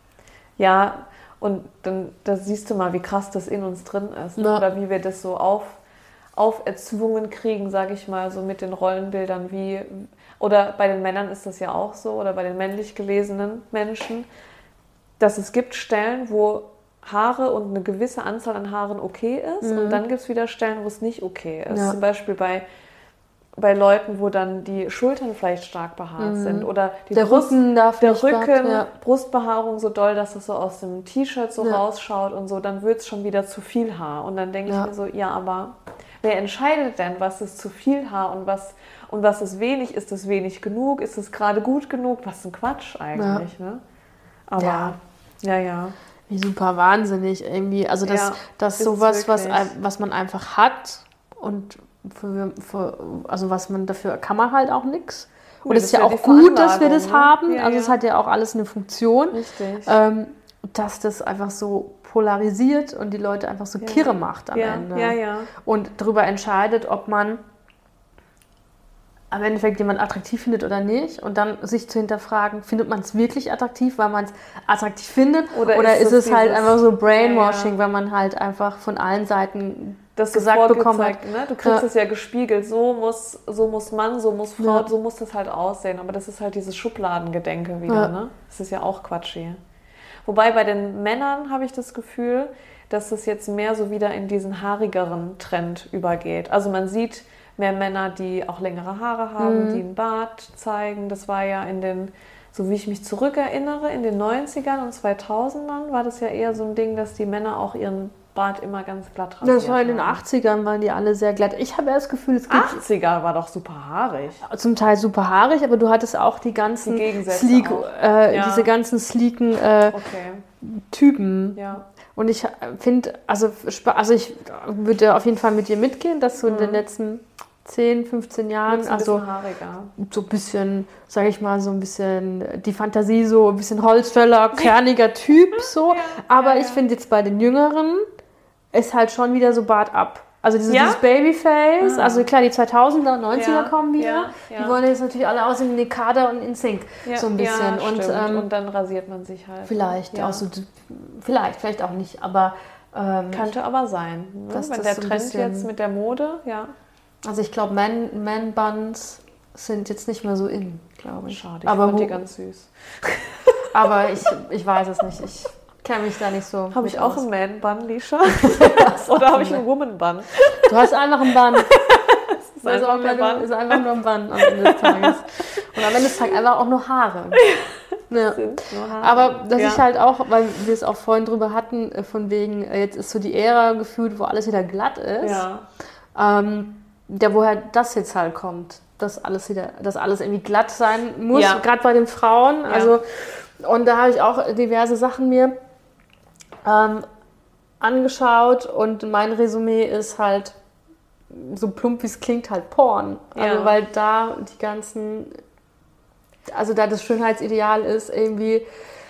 Ja, und dann das siehst du mal, wie krass das in uns drin ist. Ja. Oder wie wir das so auf, auferzwungen kriegen, sage ich mal, so mit den Rollenbildern wie, oder bei den Männern ist das ja auch so, oder bei den männlich gelesenen Menschen, dass es gibt Stellen, wo Haare und eine gewisse Anzahl an Haaren okay ist, mhm. und dann gibt es wieder Stellen, wo es nicht okay ist. Ja. Zum Beispiel bei, bei Leuten, wo dann die Schultern vielleicht stark behaart mhm. sind oder die der Brust, Rücken darf der nicht Rücken, grad, ja. Brustbehaarung so doll, dass es so aus dem T-Shirt so ja. rausschaut und so, dann wird es schon wieder zu viel Haar. Und dann denke ja. ich mir so, ja, aber wer entscheidet denn, was ist zu viel Haar und was, und was ist wenig? Ist es wenig genug? Ist es gerade gut genug? Was ein Quatsch eigentlich, ja. ne? Aber, ja, ja. ja. Wie super wahnsinnig irgendwie. Also das, ja, das sowas, was, was man einfach hat und für, für, also was man dafür kann man halt auch nichts. Und es ist ja auch gut, dass wir das ne? haben. Ja, also ja. es hat ja auch alles eine Funktion. Richtig. Ähm, dass das einfach so polarisiert und die Leute einfach so ja. kirre macht am ja. Ende. Ja, ja. Und darüber entscheidet, ob man am Endeffekt jemand attraktiv findet oder nicht und dann sich zu hinterfragen, findet man es wirklich attraktiv, weil man es attraktiv findet oder, oder ist, ist es halt einfach so Brainwashing, ja, ja. weil man halt einfach von allen Seiten das gesagt bekommen hat. Ne? Du kriegst es ja. ja gespiegelt, so muss, so muss Mann, so muss Frau, ja. so muss das halt aussehen, aber das ist halt dieses Schubladengedenke wieder, ja. ne? Das ist ja auch Quatsch hier. Wobei bei den Männern habe ich das Gefühl, dass das jetzt mehr so wieder in diesen haarigeren Trend übergeht. Also man sieht mehr Männer, die auch längere Haare haben, mhm. die einen Bart zeigen. Das war ja in den, so wie ich mich zurückerinnere, in den neunzigern und zweitausendern war das ja eher so ein Ding, dass die Männer auch ihren Bart immer ganz glatt rasiert haben. Das war in den achtzigern, waren die alle sehr glatt. Ich habe ja das Gefühl, es gibt... achtziger war doch super haarig. Zum Teil super haarig, aber du hattest auch die ganzen die sleek, äh, ja. diese ganzen sleeken äh, okay. Typen. Ja. Und ich finde, also, also ich würde auf jeden Fall mit dir mitgehen, dass so mhm. in den letzten zehn, fünfzehn Jahren, ein also haariger. so ein bisschen, sage ich mal, so ein bisschen die Fantasie, so ein bisschen Holzfäller, kerniger Typ, so. Ja, aber ja, ich ja. finde jetzt bei den Jüngeren ist halt schon wieder so Bart ab. Also dieses, ja? dieses Babyface, ah. also klar, die zweitausender, neunziger ja, kommen wieder. Ja, ja. Die wollen jetzt natürlich alle aussehen wie Nekada und InSync, ja, so ein bisschen. Ja, und, ähm, und dann rasiert man sich halt. Vielleicht, ja. auch so, vielleicht, vielleicht auch nicht, aber ähm, könnte aber sein. Ne? Dass Wenn das der so ein Trend bisschen, jetzt mit der Mode, ja. Also ich glaube, Man, Man-Buns sind jetzt nicht mehr so in, glaube ich. Schade, ich aber fand wo, die ganz süß. Aber ich, ich weiß es nicht. Ich kenne mich da nicht so. Habe ich auch aus. einen Man-Bun, Lisha? Oder habe ich einen Woman-Bun? Du hast einfach einen Bun. Das ist, also einfach ist einfach nur ein Bun am Ende des Tages. Und am Ende des Tages einfach auch nur Haare. Ja. Sind nur Haare. Aber dass ja. ich halt auch, weil wir es auch vorhin drüber hatten, äh, von wegen, äh, jetzt ist so die Ära gefühlt, wo alles wieder glatt ist. Ja. Ähm, ja, woher das jetzt halt kommt, dass alles wieder, dass alles irgendwie glatt sein muss, Ja. gerade bei den Frauen. Ja. Also, und da habe ich auch diverse Sachen mir ähm, angeschaut und mein Resümee ist halt, so plump wie es klingt, halt Porn. Also, Ja. weil da die ganzen, also da das Schönheitsideal ist, irgendwie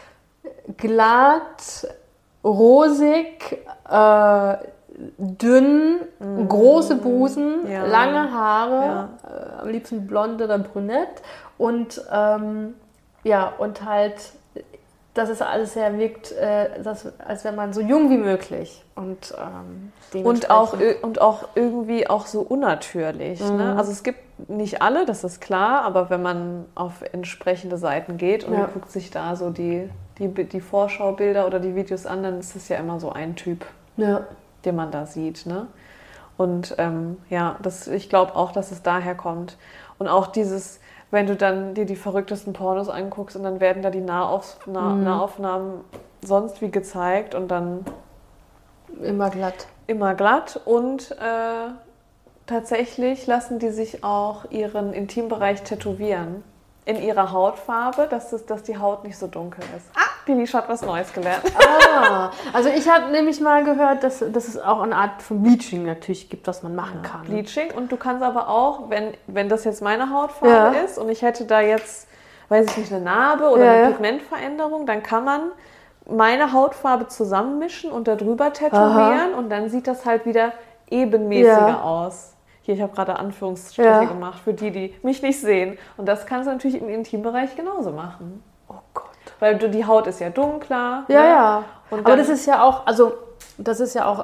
glatt, rosig, äh, dünn, Mhm. große Busen, Ja. lange Haare, Ja. äh, am liebsten blond oder brünett und ähm, ja, und halt, dass es alles sehr wirkt, äh, dass, als wäre man so jung wie möglich und ähm, Und auch, dementsprechend- und auch irgendwie auch so unnatürlich. Mhm. Ne? Also es gibt nicht alle, das ist klar, aber wenn man auf entsprechende Seiten geht und Ja. man guckt sich da so die, die, die Vorschaubilder oder die Videos an, dann ist es ja immer so ein Typ, ja. den man da sieht. Ne? Und ähm, ja, das, ich glaube auch, dass es daher kommt. Und auch dieses, wenn du dann dir die verrücktesten Pornos anguckst und dann werden da die Nahauf nah Mhm. Nahaufnahmen sonst wie gezeigt und dann Immer glatt. immer glatt und äh, tatsächlich lassen die sich auch ihren Intimbereich tätowieren. In ihrer Hautfarbe, dass, das, dass die Haut nicht so dunkel ist. Ah, die Lisha hat was Neues gelernt. Ah, also ich habe nämlich mal gehört, dass, dass es auch eine Art von Bleaching natürlich gibt, was man machen kann. Bleaching. Und du kannst aber auch, wenn, wenn das jetzt meine Hautfarbe Ja. ist und ich hätte da jetzt, weiß ich nicht, eine Narbe oder Ja, eine ja. Pigmentveränderung, dann kann man meine Hautfarbe zusammenmischen und darüber tätowieren und dann sieht das halt wieder ebenmäßiger Ja. aus. Hier, ich habe gerade Anführungsstriche Ja. gemacht für die, die mich nicht sehen. Und das kannst du natürlich im Intimbereich genauso machen. Oh Gott. Weil du, die Haut ist ja dunkler. Ja, ne? ja. Und Aber dann- das ist ja auch, also das ist ja auch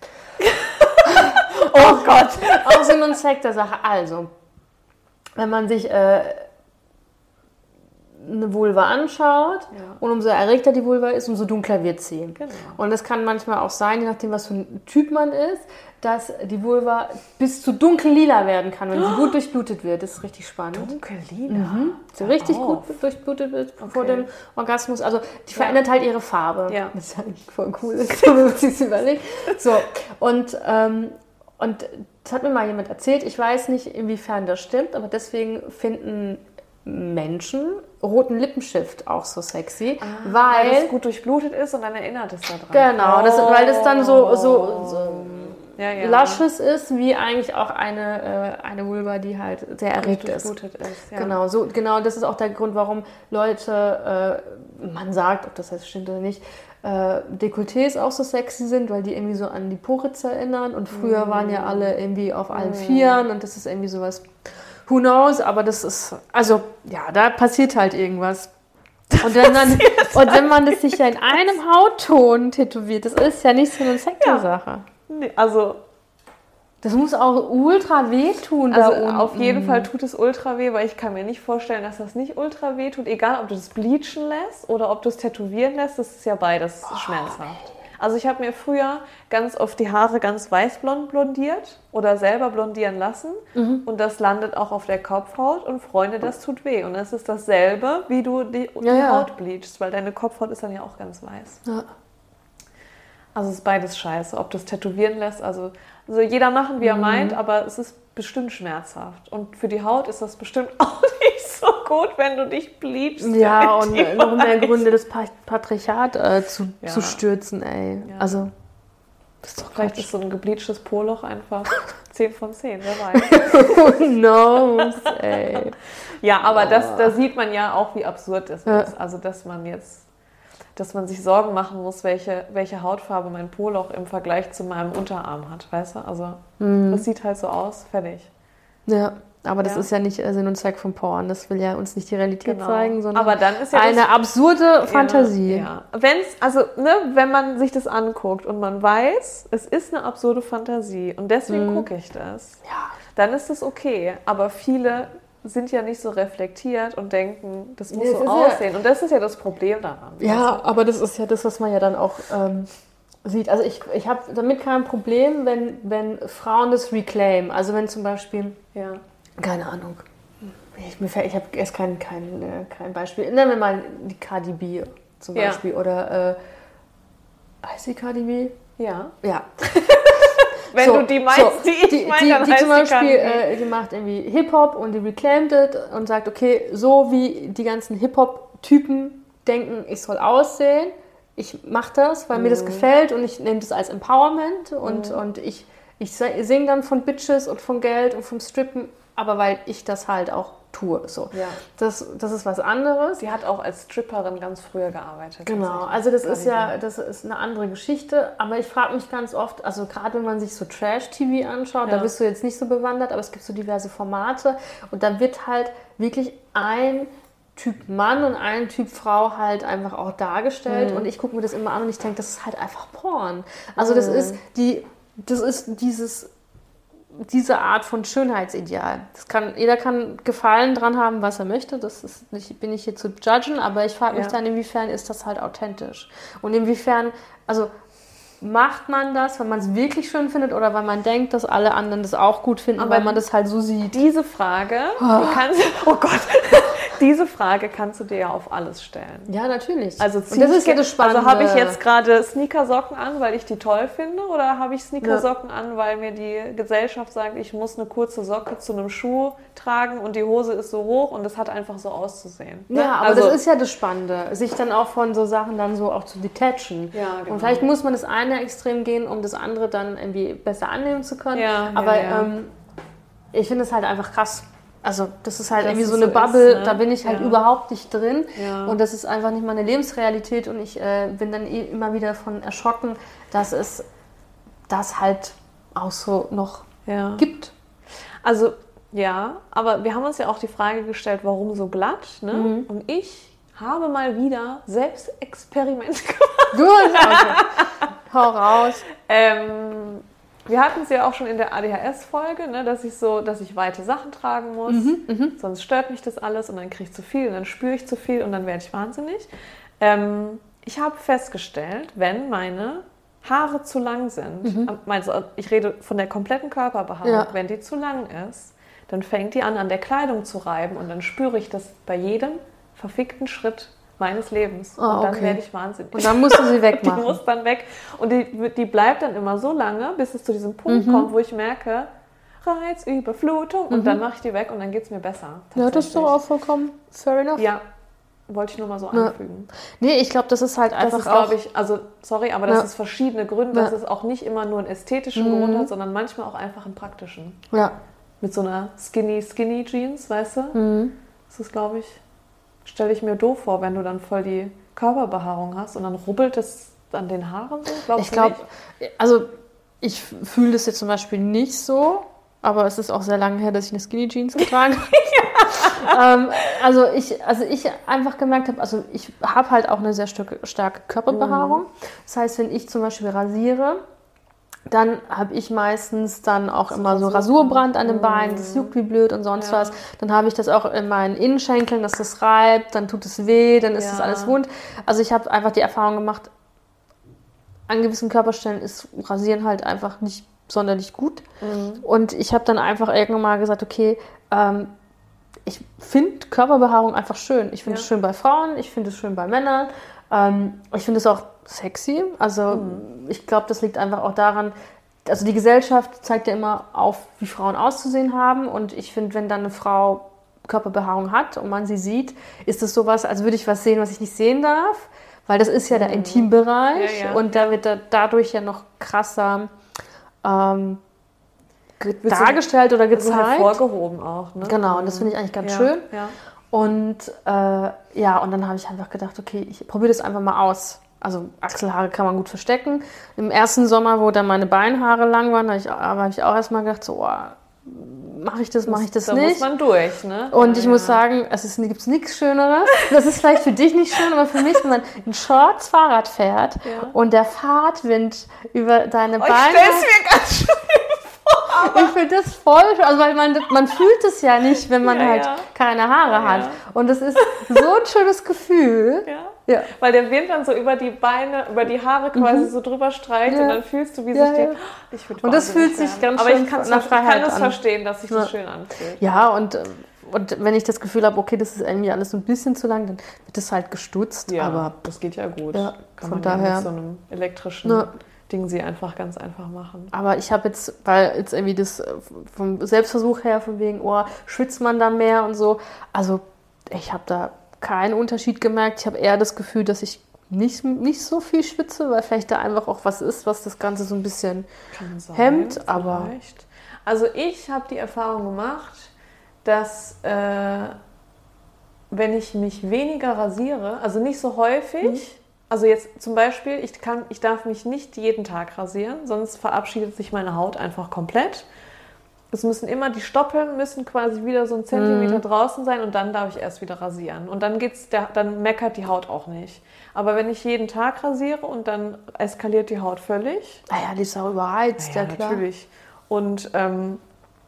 Oh Gott. auch Sinn und Zweck der Sache. Also, wenn man sich äh, eine Vulva anschaut Ja. und umso erregter die Vulva ist, umso dunkler wird sie. Genau. Und es kann manchmal auch sein, je nachdem, was für ein Typ man ist, dass die Vulva bis zu dunkel-lila werden kann, wenn sie gut durchblutet wird. Das ist richtig spannend. Dunkel-lila. So richtig auf. gut durchblutet wird vor Okay. dem Orgasmus. Also die verändert halt ihre Farbe. Ja. Das ist eigentlich voll cool, wenn man sich das überlegt. So, und, ähm, und das hat mir mal jemand erzählt. Ich weiß nicht, inwiefern das stimmt, aber deswegen finden Menschen roten Lippenstift auch so sexy, Weil weil... es gut durchblutet ist und dann erinnert es daran. Genau, das, weil das dann so, so, so ja, ja. lasches ist, wie eigentlich auch eine, äh, eine Vulva, die halt sehr erregt ist. durchblutet ist. Ja. Genau, so, genau, das ist auch der Grund, warum Leute, äh, man sagt, ob das jetzt stimmt oder nicht, äh, Dekolletés auch so sexy sind, weil die irgendwie so an die Poritze erinnern und früher Mm. waren ja alle irgendwie auf allen Vieren und das ist irgendwie sowas, who knows, aber das ist, also ja, da passiert halt irgendwas. Und wenn, man, und wenn man das sich ja in einem Hautton tätowiert, das ist ja nicht so eine sexy Ja. Sache. Nee, also Das muss auch ultra wehtun Also da unten. auf jeden Fall tut es ultra weh, weil ich kann mir nicht vorstellen, dass das nicht ultra weh tut. Egal, ob du das bleachen lässt oder ob du es tätowieren lässt, das ist ja beides schmerzhaft. Also ich habe mir früher ganz oft die Haare ganz weißblond blondiert oder selber blondieren lassen und das landet auch auf der Kopfhaut und Freunde, das tut weh. Und das ist dasselbe, wie du die, die Ja, ja. Haut bleachst, weil deine Kopfhaut ist dann ja auch ganz weiß. Ja. Also es ist beides scheiße, ob du es tätowieren lässt. Also, also jeder machen, wie er meint, aber es ist bestimmt schmerzhaft. Und für die Haut ist das bestimmt auch nicht so gut, wenn du dich bleachst. Ja, und Die noch mehr weiß. Gründe, das Pa- Patriarchat äh, zu, Ja. zu stürzen, ey. Ja. Also, das ist doch Vielleicht Quatsch. ist so ein gebleachtes Poloch einfach zehn von zehn, wer weiß. Who knows, ey. Ja, aber das, da sieht man ja auch, wie absurd das Ja. ist. Also, dass man jetzt, dass man sich Sorgen machen muss, welche, welche Hautfarbe mein Poloch im Vergleich zu meinem Unterarm hat, weißt du? Also, das sieht halt so aus, fertig. Ja, aber das Ja. ist ja nicht äh, Sinn und Zweck von Porn. Das will ja uns nicht die Realität Genau. zeigen, sondern Aber dann ist ja eine das- absurde Fantasie. Ja, ja. Wenn's, also, ne, wenn man sich das anguckt und man weiß, es ist eine absurde Fantasie und deswegen gucke ich das, Ja. dann ist das okay. Aber viele sind ja nicht so reflektiert und denken, das muss Nee, so das ist ja- aussehen. Und das ist ja das Problem daran. Ja, aber das ist ja das, was man ja dann auch ähm, sieht. Also ich, ich habe damit kein Problem, wenn, wenn Frauen das reclaim. Also wenn zum Beispiel, Ja. keine Ahnung, ich, mir fällt- ich habe erst kein, kein, äh, kein Beispiel. Nennen wir mal die Cardi B zum Ja. Beispiel. Oder, äh, heißt die Cardi B? Ja. Ja. Wenn So, du die meinst, so, die ich die, meine, die, dann die heißt zum die Beispiel, Cardi B. äh, die macht irgendwie Hip-Hop und die reclaimt it und sagt, okay, so wie die ganzen Hip-Hop-Typen denken, ich soll aussehen, ich mache das, weil Mhm. mir das gefällt und ich nehme das als Empowerment und, Mhm. und ich, ich singe dann von Bitches und von Geld und vom Strippen, aber weil ich das halt auch tue. So. Ja. Das, das ist was anderes. Sie hat auch als Stripperin ganz früher gearbeitet. Genau, tatsächlich. also das ist Cardi ja, B. das ist eine andere Geschichte, aber ich frage mich ganz oft, also gerade wenn man sich so Trash-T V anschaut, Ja. da bist du jetzt nicht so bewandert, aber es gibt so diverse Formate und da wird halt wirklich ein Typ Mann und ein Typ Frau halt einfach auch dargestellt Mhm. und ich gucke mir das immer an und ich denke, das ist halt einfach Porn. Also das Mhm. ist die, das ist dieses diese Art von Schönheitsideal. Das kann, jeder kann Gefallen dran haben, was er möchte. Das ist nicht, bin ich hier zu judgen, aber ich frage mich Ja. dann, inwiefern ist das halt authentisch? Und inwiefern, also macht man das, weil man es wirklich schön findet oder weil man denkt, dass alle anderen das auch gut finden, Aber weil man das halt so sieht? Diese Frage, die kannst, oh Gott, diese Frage kannst du dir ja auf alles stellen. Ja, natürlich. Also und das ist ja das Spannende. Also habe ich jetzt gerade Sneakersocken an, weil ich die toll finde, oder habe ich Sneakersocken ja. an, weil mir die Gesellschaft sagt, ich muss eine kurze Socke zu einem Schuh tragen und die Hose ist so hoch und es hat einfach so auszusehen. Ne? Ja, aber also, das ist ja das Spannende, sich dann auch von so Sachen dann so auch zu detachen. Ja, genau. Und vielleicht muss man das eine Extrem gehen, um das andere dann irgendwie besser annehmen zu können. Ja, aber ja, ja. Ähm, ich finde es halt einfach krass. Also das ist halt Dass irgendwie so es eine so Bubble, ist, ne? da bin ich halt Ja. überhaupt nicht drin. Ja. Und das ist einfach nicht meine Lebensrealität und ich äh, bin dann eh immer wieder davon erschrocken, dass es das halt auch so noch ja. gibt. Also ja, aber wir haben uns ja auch die Frage gestellt, warum so glatt, ne? Mhm. Und ich habe mal wieder Selbstexperiment gemacht. Gut, okay. Hau raus. Ähm, wir hatten es ja auch schon in der A D H S-Folge, ne, dass ich so, dass ich weite Sachen tragen muss, Mhm, sonst stört mich das alles und dann kriege ich zu viel und dann spüre ich zu viel und dann werde ich wahnsinnig. Ähm, ich habe festgestellt, wenn meine Haare zu lang sind, Mhm. also ich rede von der kompletten Körperbehaarung, Ja. wenn die zu lang ist, dann fängt die an, an der Kleidung zu reiben und dann spüre ich das bei jedem verfickten Schritt meines Lebens. Ah, und dann okay. werde ich wahnsinnig. Und dann musst du sie Die wegmachen. muss dann weg. Und die, die bleibt dann immer so lange, bis es zu diesem Punkt Mhm. kommt, wo ich merke, Reizüberflutung. Und Mhm. dann mache ich die weg und dann geht es mir besser. Ja, das ist doch tatsächlich. auch vollkommen fair enough. Ja, wollte ich nur mal so Ja. anfügen. Nee, ich glaube, das ist halt Das einfach ist, auch... glaube ich, also sorry, aber das Ja. ist verschiedene Gründe, dass Ja. es auch nicht immer nur einen ästhetischen Mhm. Grund hat, sondern manchmal auch einfach einen praktischen. Ja. Mit so einer skinny, skinny Jeans, weißt du? Mhm. Das ist, glaube ich, stelle ich mir doof vor, wenn du dann voll die Körperbehaarung hast und dann rubbelt es an den Haaren so. Glaubst Ich du glaube, nicht? also ich fühle das jetzt zum Beispiel nicht so, aber es ist auch sehr lange her, dass ich eine Skinny Jeans getragen habe. ähm, also ich, also ich einfach gemerkt habe, also ich habe halt auch eine sehr starke, starke Körperbehaarung. Mhm. Das heißt, wenn ich zum Beispiel rasiere, dann habe ich meistens dann auch So immer so Rasurbrand. Rasurbrand an den Mhm. Beinen, das juckt wie blöd und sonst Ja. was. Dann habe ich das auch in meinen Innenschenkeln, dass das reibt, dann tut es weh, dann ist Ja. das alles wund. Also ich habe einfach die Erfahrung gemacht, an gewissen Körperstellen ist Rasieren halt einfach nicht sonderlich gut. Mhm. Und ich habe dann einfach irgendwann mal gesagt, okay, ähm, ich finde Körperbehaarung einfach schön. Ich finde Ja. es schön bei Frauen, ich finde es schön bei Männern. Ähm, ich finde es auch sexy. Also Mhm. ich glaube, das liegt einfach auch daran, also die Gesellschaft zeigt ja immer auf, wie Frauen auszusehen haben. Und ich finde, wenn dann eine Frau Körperbehaarung hat und man sie sieht, ist es sowas, als würde ich was sehen, was ich nicht sehen darf. Weil das ist ja der Mhm. Intimbereich Ja, ja. und da wird da, dadurch ja noch krasser ähm, ge- Wird so- dargestellt oder So gezeigt. hervorgehoben auch, ne? Genau, und das finde ich eigentlich ganz ja. schön. Ja. Und äh, ja, und dann habe ich einfach gedacht, okay, ich probiere das einfach mal aus. Also Achselhaare kann man gut verstecken. Im ersten Sommer, wo dann meine Beinhaare lang waren, habe ich, habe ich auch erstmal gedacht, so, oh, mache ich das, mache ich das da nicht. muss man durch, ne? Und ja, ich muss ja. sagen, es gibt nichts Schöneres. Das ist vielleicht für dich nicht schön, aber für mich, wenn man in Shorts Fahrrad fährt Ja. und der Fahrtwind über deine Oh, ich Beine... stell's mir ganz schön vor. Ich finde das voll schön, also weil man, man fühlt es ja nicht, wenn man Ja, halt ja. keine Haare Ja, hat. ja. Und das ist so ein schönes Gefühl. Ja. Ja. Weil der Wind dann so über die Beine, über die Haare quasi so drüber streicht Ja. und dann fühlst du, wie Ja, sich ja. die... Ich würd Und das wahnsinnig fühlt sich werden. ganz Aber schön ich kann's nach ver- ich kann Freiheit es an. verstehen, dass sich das Ja. schön anfühlt. Ja, und äh, und wenn ich das Gefühl habe, okay, das ist irgendwie alles so ein bisschen zu lang, dann wird das halt gestutzt. Ja, aber das geht ja gut. Ja, Kann von man ja daher, mit so einem elektrischen ne. Ding sie einfach ganz einfach machen. Aber ich habe jetzt, weil jetzt irgendwie das vom Selbstversuch her, von wegen, oh, schwitzt man da mehr und so. Also ich habe da keinen Unterschied gemerkt. Ich habe eher das Gefühl, dass ich nicht, nicht so viel schwitze, weil vielleicht da einfach auch was ist, was das Ganze so ein bisschen Kann sein, hemmt. Aber vielleicht. Also ich habe die Erfahrung gemacht, dass äh, wenn ich mich weniger rasiere, also nicht so häufig, mhm. also jetzt zum Beispiel, ich, kann, ich darf mich nicht jeden Tag rasieren, sonst verabschiedet sich meine Haut einfach komplett. Es müssen immer, die Stoppeln müssen quasi wieder so ein Zentimeter mhm. draußen sein und dann darf ich erst wieder rasieren. Und dann geht's, der, dann meckert die Haut auch nicht. Aber wenn ich jeden Tag rasiere und dann eskaliert die Haut völlig. Naja, die ist auch überheizt, naja, ja klar. Natürlich. Und ähm,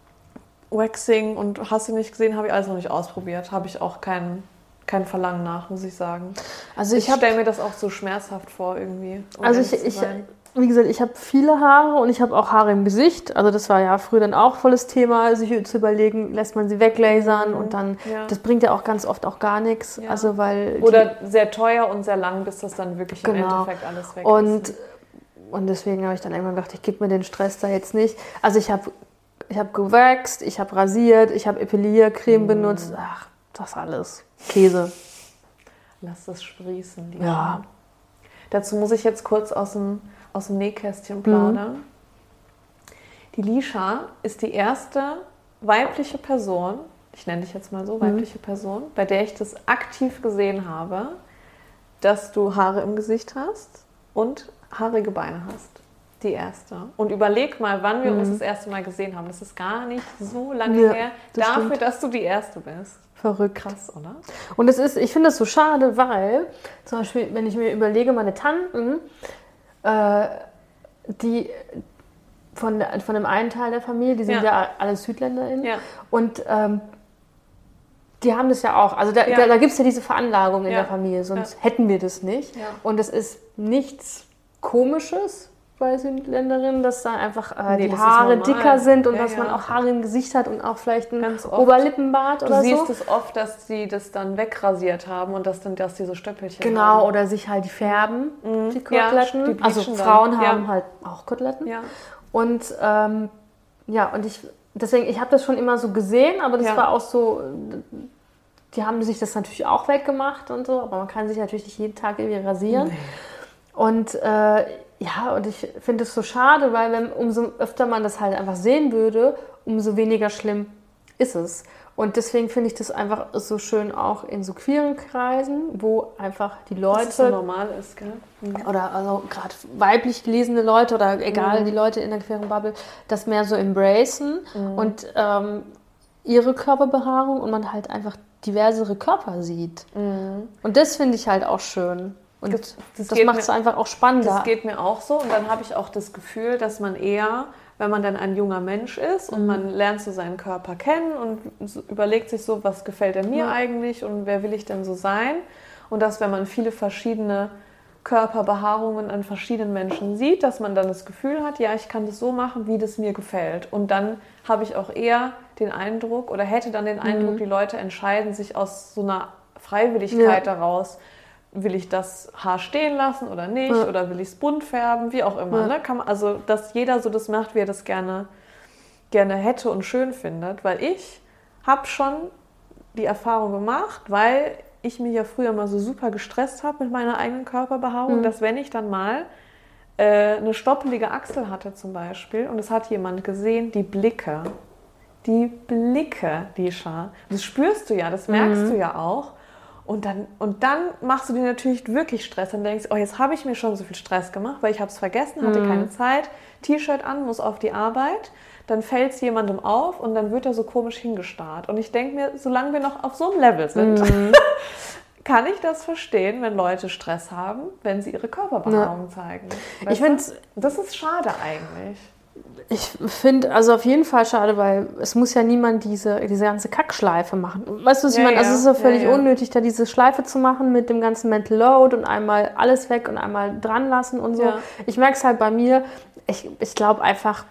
Waxing und hast du nicht gesehen, habe ich alles noch nicht ausprobiert. Habe ich auch kein, kein Verlangen nach, muss ich sagen. Also ich, ich stelle mir das auch so schmerzhaft vor irgendwie. Um also ich, ich wie gesagt, ich habe viele Haare und ich habe auch Haare im Gesicht. Also das war ja früher dann auch volles Thema, sich zu überlegen, lässt man sie weglasern mhm. und dann, ja. das bringt ja auch ganz oft auch gar nichts. Ja. Also weil Oder sehr teuer und sehr lang, bis das dann wirklich genau. im Endeffekt alles weg und, ist. Und deswegen habe ich dann irgendwann gedacht, ich gebe mir den Stress da jetzt nicht. Also ich habe ich hab gewaxt, ich habe rasiert, ich habe Epiliercreme mhm. benutzt. Ach, das alles. Käse. Lass das sprießen. Die ja. Haare. Dazu muss ich jetzt kurz aus dem aus dem Nähkästchen plaudern. Mhm. Die Lisha ist die erste weibliche Person, ich nenne dich jetzt mal so, weibliche mhm. Person, bei der ich das aktiv gesehen habe, dass du Haare im Gesicht hast und haarige Beine hast. Die erste. Und überleg mal, wann wir mhm. uns das erste Mal gesehen haben. Das ist gar nicht so lange ja, her, das dafür, stimmt. dass du die erste bist. Verrückt. Krass, oder? Und es ist, ich finde das so schade, weil zum Beispiel, wenn ich mir überlege, meine Tanten, die von, von dem einen Teil der Familie, die sind ja, ja alle SüdländerInnen ja. und ähm, die haben das ja auch, also da, ja. da, da gibt es ja diese Veranlagung in ja. der Familie, sonst ja. hätten wir das nicht ja. und es ist nichts Komisches bei Südländerinnen, dass da einfach äh, nee, die Haare dicker sind und ja, dass ja. man auch Haare im Gesicht hat und auch vielleicht ein Oberlippenbart oder so. Du siehst es oft, dass sie das dann wegrasiert haben und dass dann dass die so Stöppelchen genau, haben. Genau, oder sich halt die färben, mhm. die Koteletten. Ja, die also Frauen dann. haben ja. halt auch Koteletten. Ja. Und ähm, ja, und ich deswegen, ich habe das schon immer so gesehen, aber das ja. war auch so, die haben sich das natürlich auch weggemacht und so, aber man kann sich natürlich nicht jeden Tag irgendwie rasieren. Nee. Und äh, ja, und ich finde es so schade, weil wenn umso öfter man das halt einfach sehen würde, umso weniger schlimm ist es. Und deswegen finde ich das einfach so schön auch in so queeren Kreisen, wo einfach die Leute... Dass es so normal ist, gell? Mhm. Oder also gerade weiblich gelesene Leute oder egal, mhm. die Leute in der queeren Bubble, das mehr so embracen mhm. und ähm, ihre Körperbehaarung und man halt einfach diversere Körper sieht. Mhm. Und das finde ich halt auch schön. Und das, das, das macht es einfach auch spannender. Das geht mir auch so. Und dann habe ich auch das Gefühl, dass man eher, wenn man dann ein junger Mensch ist und mhm. man lernt so seinen Körper kennen und so überlegt sich so, was gefällt denn mir ja. eigentlich und wer will ich denn so sein? Und dass, wenn man viele verschiedene Körperbehaarungen an verschiedenen Menschen sieht, dass man dann das Gefühl hat, ja, ich kann das so machen, wie das mir gefällt. Und dann habe ich auch eher den Eindruck oder hätte dann den Eindruck, mhm. die Leute entscheiden sich aus so einer Freiwilligkeit ja. daraus, will ich das Haar stehen lassen oder nicht ja. oder will ich es bunt färben, wie auch immer. Ja. Ne? Kann man, also, dass jeder so das macht, wie er das gerne, gerne hätte und schön findet. Weil ich habe schon die Erfahrung gemacht, weil ich mich ja früher mal so super gestresst habe mit meiner eigenen Körperbehaarung, mhm. dass wenn ich dann mal äh, eine stoppelige Achsel hatte zum Beispiel und es hat jemand gesehen, die Blicke, die Blicke, Lisha, das spürst du ja, das merkst mhm. du ja auch. Und dann, und dann machst du dir natürlich wirklich Stress und denkst, oh, jetzt habe ich mir schon so viel Stress gemacht, weil ich habe es vergessen, hatte mhm. keine Zeit, T-Shirt an, muss auf die Arbeit, dann fällt es jemandem auf und dann wird er so komisch hingestarrt. Und ich denke mir, solange wir noch auf so einem Level sind, mhm. kann ich das verstehen, wenn Leute Stress haben, wenn sie ihre Körperbehaarung ja. zeigen. Weißt ich finde, das ist schade eigentlich. Ich finde, also auf jeden Fall schade, weil es muss ja niemand diese, diese ganze Kackschleife machen. Weißt du, was ich ja, meine? Ja. Also es ist ja völlig ja, ja. unnötig, da diese Schleife zu machen mit dem ganzen Mental Load und einmal alles weg und einmal dran lassen und so. Ja. Ich merke es halt bei mir, ich, ich glaube einfach,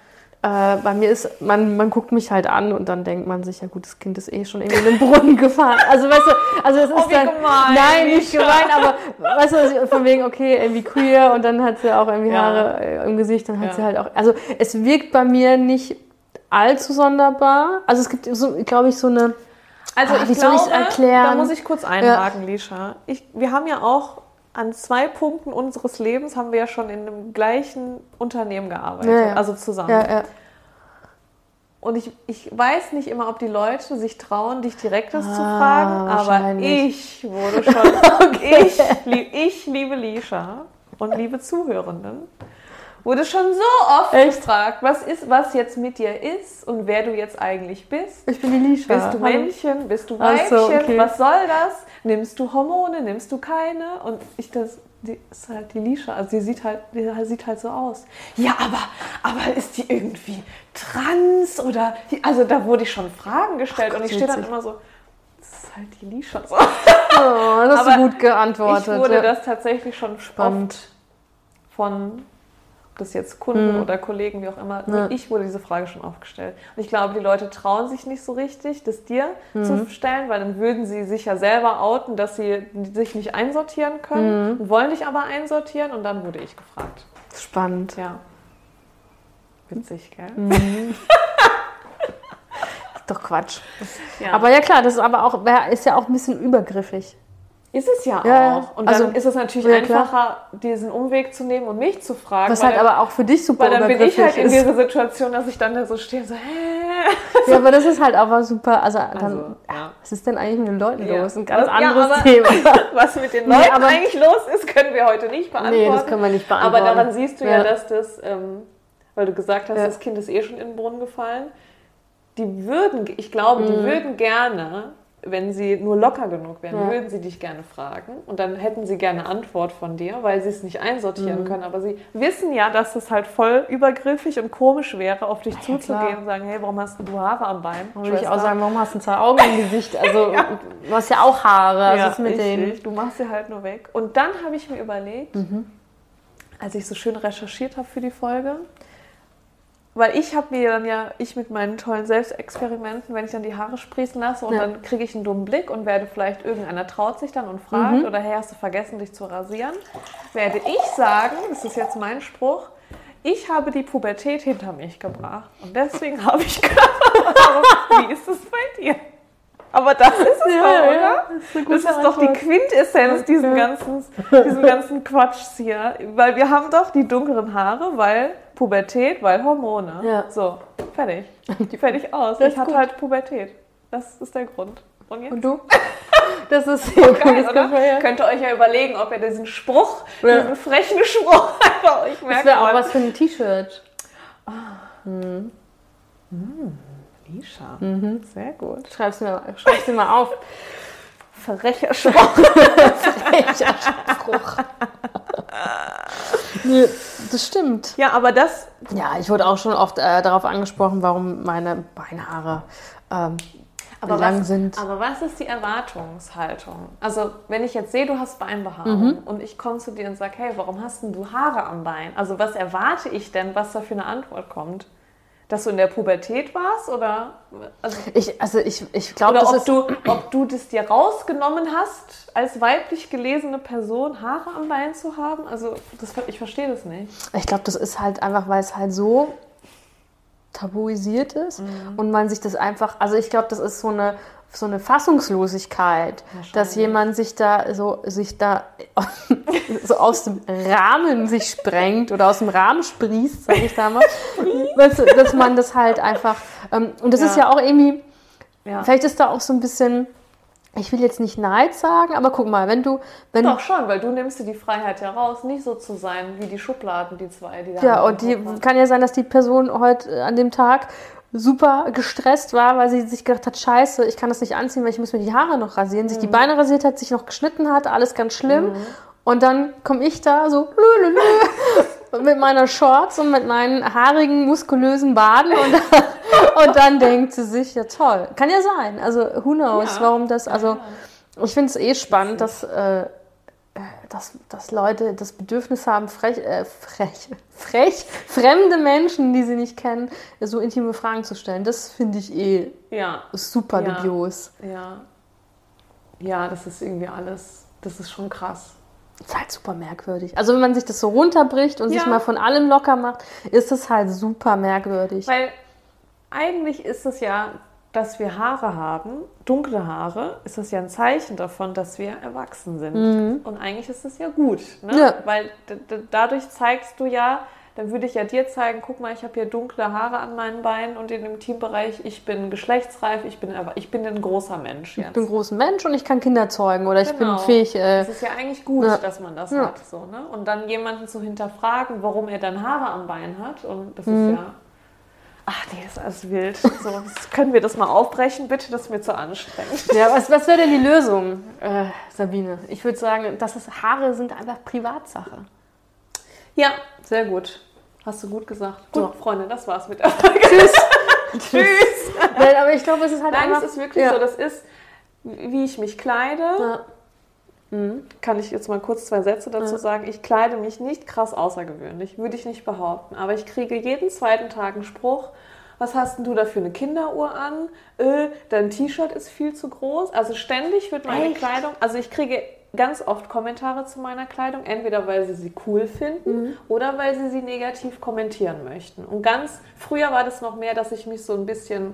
Äh, bei mir ist, man, man guckt mich halt an und dann denkt man sich, ja gut, das Kind ist eh schon irgendwie in den Brunnen gefahren. Also weißt du, also es ist oh, wie dann, gemein, nein, nicht Lisha. gemein, aber weißt du, von wegen, okay, irgendwie queer und dann hat sie auch irgendwie Ja. Haare im Gesicht, dann hat Ja. sie halt auch, also es wirkt bei mir nicht allzu sonderbar. Also es gibt so, glaube ich, so eine, Also ah, ich wie soll glaube, ich's erklären? da muss ich kurz einhaken, ja. Lisha. Ich, wir haben ja auch an zwei Punkten unseres Lebens haben wir ja schon in dem gleichen Unternehmen gearbeitet, Ja, ja. also zusammen. ja, ja. Und ich, ich weiß nicht immer, ob die Leute sich trauen, dich direkt das Ah, zu fragen, aber wahrscheinlich. ich wurde schon, okay. ich, lieb, ich liebe Lisha und liebe Zuhörenden, wurde schon so oft Echt? gefragt, was ist, was jetzt mit dir ist und wer du jetzt eigentlich bist. Ich bin die Lisha. Bist du Hallo. Männchen? Bist du Ach Weibchen? so, okay. Was soll das? Nimmst du Hormone? Nimmst du keine? Und ich das, die ist halt die Lisha. Also sie sieht halt, die sieht halt so aus. Ja, aber, aber ist die irgendwie trans oder? Also da wurde ich schon Fragen gestellt Ach, und ich Gott, stehe dann witzig. immer so. Das ist halt die Lisha. So. Oh, das hast Aber du gut geantwortet. Ich wurde ja. das tatsächlich schon Spannend. oft von, ob das jetzt Kunden Mhm. oder Kollegen, wie auch immer, Ja. ich wurde diese Frage schon oft gestellt. Und ich glaube, die Leute trauen sich nicht so richtig, das dir Mhm. zu stellen, weil dann würden sie sich ja selber outen, dass sie sich nicht einsortieren können Mhm. und wollen dich aber einsortieren und dann wurde ich gefragt. Spannend. Ja. Witzig, gell? Mhm. Doch Quatsch. Ja. Aber ja klar, das ist aber auch, ist ja auch ein bisschen übergriffig. ist es ja, Ja, auch. Und also, dann ist es natürlich ja, klar. einfacher, diesen Umweg zu nehmen und mich zu fragen. Was weil halt dann, aber auch für dich super Weil dann bin übergriffig ich halt in ist. dieser Situation, dass ich dann da so stehe und so, hä? Ja, aber das ist halt auch was super, also, dann, Also, ja. was ist denn eigentlich mit den Leuten Ja. los? Ein ganz Ja, anderes aber Thema. Was mit den Nee, Leuten aber- eigentlich los ist, können wir heute nicht beantworten. Nee, das können wir nicht beantworten. Aber daran siehst du ja, Ja. dass das, ähm, weil du gesagt hast, Ja. das Kind ist eh schon in den Brunnen gefallen. Die würden, ich glaube, die Mhm. würden gerne, wenn sie nur locker genug wären, Ja. würden sie dich gerne fragen. Und dann hätten sie gerne Antwort von dir, weil sie es nicht einsortieren Mhm. können. Aber sie wissen ja, dass es halt voll übergriffig und komisch wäre, auf dich Ja, zuzugehen klar. und sagen, hey, warum hast du Haare am Bein? Dann würde ich auch Schwester? sagen, warum hast du zwei Augen im Gesicht? Also, du hast ja auch Haare. Was Ja, ist mit denen? richtig. Du machst sie halt nur weg. Und dann habe ich mir überlegt, Mhm. als ich so schön recherchiert habe für die Folge, weil ich habe mir dann ja, ich mit meinen tollen Selbstexperimenten, wenn ich dann die Haare sprießen lasse und Ja. dann kriege ich einen dummen Blick und werde vielleicht, irgendeiner traut sich dann und fragt, Mhm. oder hey, hast du vergessen, dich zu rasieren, werde ich sagen, das ist jetzt mein Spruch, ich habe die Pubertät hinter mich gebracht und deswegen habe ich graue Haare. Wie ist es bei dir? Aber das ist es Ja, doch, ja, oder? das ist eine gute Das ist doch die Antwort. Quintessenz diesen Ja. ganzen, diesen ganzen Quatschs hier. Weil wir haben doch die dunkleren Haare, weil Pubertät, weil Hormone. Ja. So, fertig. Fertig aus. Das Ich ist hatte gut. halt Pubertät. Das ist der Grund. Und jetzt? Und du? Das ist sehr gut. Geil, Das oder? gefällt mir. Könnt ihr euch ja überlegen, ob ihr diesen Spruch, Ja. diesen frechen Spruch einfach euch Das merken wäre auch wollt. was für ein T-Shirt. Lisha. Mhm. Sehr gut. Schreib's mir, schreib's mir mal auf. Frecher Spruch. Frecher Spruch. Nee, das stimmt. Ja, aber das Ja, ich wurde auch schon oft äh, darauf angesprochen, warum meine Beinhaare ähm, Aber lang was, sind. Aber was ist die Erwartungshaltung? Also, wenn ich jetzt sehe, du hast Beinbehaarung und ich komme zu dir und sage, hey, warum hast denn du Haare am Bein? Also, was erwarte ich denn, was da für eine Antwort kommt? Dass du in der Pubertät warst oder, also, Ich, also ich, ich glaube, oder das ob, ist... du, ob du das dir rausgenommen hast, als weiblich gelesene Person Haare am Bein zu haben? Also, das, ich verstehe das nicht. Ich glaube, das ist halt einfach, weil es halt so tabuisiert ist und man sich das einfach, also ich glaube, das ist so eine, so eine Fassungslosigkeit, dass jemand sich da so, sich da so aus dem Rahmen sich sprengt oder aus dem Rahmen sprießt, sage ich da mal, weißt du, dass man das halt einfach, ähm, und das Ja. ist ja auch irgendwie, Ja. vielleicht ist da auch so ein bisschen, ich will jetzt nicht Neid sagen, aber guck mal, wenn du, wenn Doch schon, weil du nimmst dir die Freiheit heraus, nicht so zu sein wie die Schubladen, die zwei, die da Ja, am und die Kopf waren. kann ja sein, dass die Person heute äh, an dem Tag super gestresst war, weil sie sich gedacht hat, scheiße, ich kann das nicht anziehen, weil ich muss mir die Haare noch rasieren, sich die Beine rasiert hat, sich noch geschnitten hat, alles ganz schlimm. Und dann komme ich da so lü, lü, lü, mit meiner Shorts und mit meinen haarigen, muskulösen Baden und, und dann denkt sie sich, ja toll. Kann ja sein, also who knows, Ja. warum das, also Ja. ich finde es eh spannend, dass, äh, dass, dass Leute das Bedürfnis haben, frech, äh, frech, frech, fremde Menschen, die sie nicht kennen, so intime Fragen zu stellen. Das finde ich eh ja. super ja. dubios. Ja. Ja, das ist irgendwie alles, das ist schon krass. Das ist halt super merkwürdig. Also wenn man sich das so runterbricht und ja. sich mal von allem locker macht, ist es halt super merkwürdig. Weil eigentlich ist es ja, dass wir Haare haben, dunkle Haare, ist das ja ein Zeichen davon, dass wir erwachsen sind. Mhm. Und eigentlich ist es ja gut, ne? Ja. Weil d- d- dadurch zeigst du ja, dann würde ich ja dir zeigen, guck mal, ich habe hier dunkle Haare an meinen Beinen und in dem Teambereich, ich bin geschlechtsreif, ich bin aber ich bin ein großer Mensch jetzt. Ich bin ein großer Mensch und ich kann Kinder zeugen oder ich genau. bin fähig. Äh, das ist ja eigentlich gut, ja. dass man das ja. hat. So, ne? Und dann jemanden zu hinterfragen, warum er dann Haare am Bein hat. Und das mhm. ist ja... Ach nee, das ist alles wild. So, können wir das mal aufbrechen, bitte? Das ist mir zu anstrengend. Ja, was, was wäre denn die Lösung, äh, Sabine? Ich würde sagen, dass es Haare sind einfach Privatsache. Ja, sehr gut. Hast du gut gesagt. Gut, so. Freunde, das war's mit der Folge. Tschüss. Tschüss. Nein, aber ich glaube, es ist halt Nein, einfach... es ist wirklich ja. so. Das ist, wie ich mich kleide. Ja. Mhm. Kann ich jetzt mal kurz zwei Sätze dazu ja. sagen. Ich kleide mich nicht krass außergewöhnlich, würde ich nicht behaupten. Aber ich kriege jeden zweiten Tag einen Spruch. Was hast denn du da für eine Kinderuhr an? Äh, dein T-Shirt ist viel zu groß. Also ständig wird meine Echt? Kleidung... Also ich kriege... ganz oft Kommentare zu meiner Kleidung, entweder weil sie sie cool finden mhm. oder weil sie sie negativ kommentieren möchten. Und ganz früher war das noch mehr, dass ich mich so ein bisschen,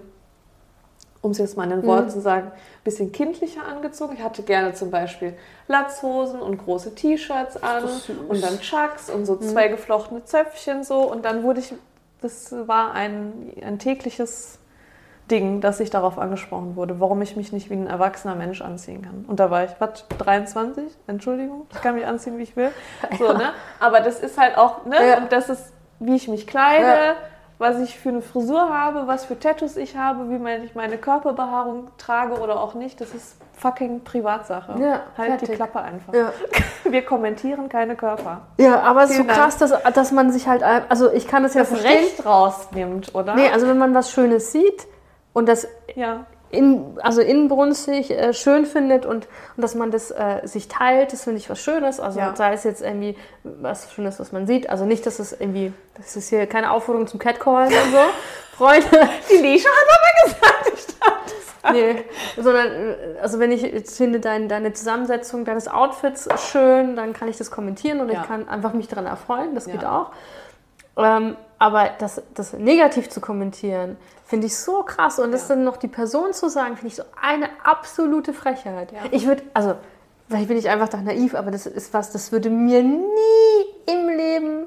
um es jetzt mal in den Worten mhm. zu sagen, ein bisschen kindlicher angezogen. Ich hatte gerne zum Beispiel Latzhosen und große T-Shirts an und dann Chucks und so zwei mhm. geflochtene Zöpfchen so. Und dann wurde ich, das war ein, ein tägliches Ding, dass ich darauf angesprochen wurde, warum ich mich nicht wie ein erwachsener Mensch anziehen kann. Und da war ich, was, dreiundzwanzig? Entschuldigung, ich kann mich anziehen, wie ich will. So, ja. ne? Aber das ist halt auch, ne? Ja. Und das ist, wie ich mich kleide, ja. was ich für eine Frisur habe, was für Tattoos ich habe, wie mein, ich meine Körperbehaarung trage oder auch nicht. Das ist fucking Privatsache. Ja, halt fertig. Die Klappe einfach. Ja. Wir kommentieren keine Körper. Ja, aber es ist so krass, dass, dass man sich halt, also ich kann das ja das verstehen. Recht rausnimmt, oder? Nee, also wenn man was Schönes sieht, und das ja. in, also inbrünstig äh, schön findet und, und dass man das äh, sich teilt, das finde ich was Schönes. Also ja. sei es jetzt irgendwie was Schönes, was man sieht. Also nicht, dass es irgendwie, das ist hier keine Aufforderung zum Catcallen und so. Freunde. Die Lisha hat aber gesagt, ich darf das sagen. Nee, sondern, also wenn ich jetzt finde, dein, deine Zusammensetzung deines Outfits schön, dann kann ich das kommentieren und ja. ich kann einfach mich daran erfreuen, das ja. geht auch. Ähm, aber das, das negativ zu kommentieren, finde ich so krass. Und das ja. dann noch die Person zu sagen, finde ich so eine absolute Frechheit. Ja. Ich würde, also, vielleicht bin ich einfach doch naiv, aber das ist was, das würde mir nie im Leben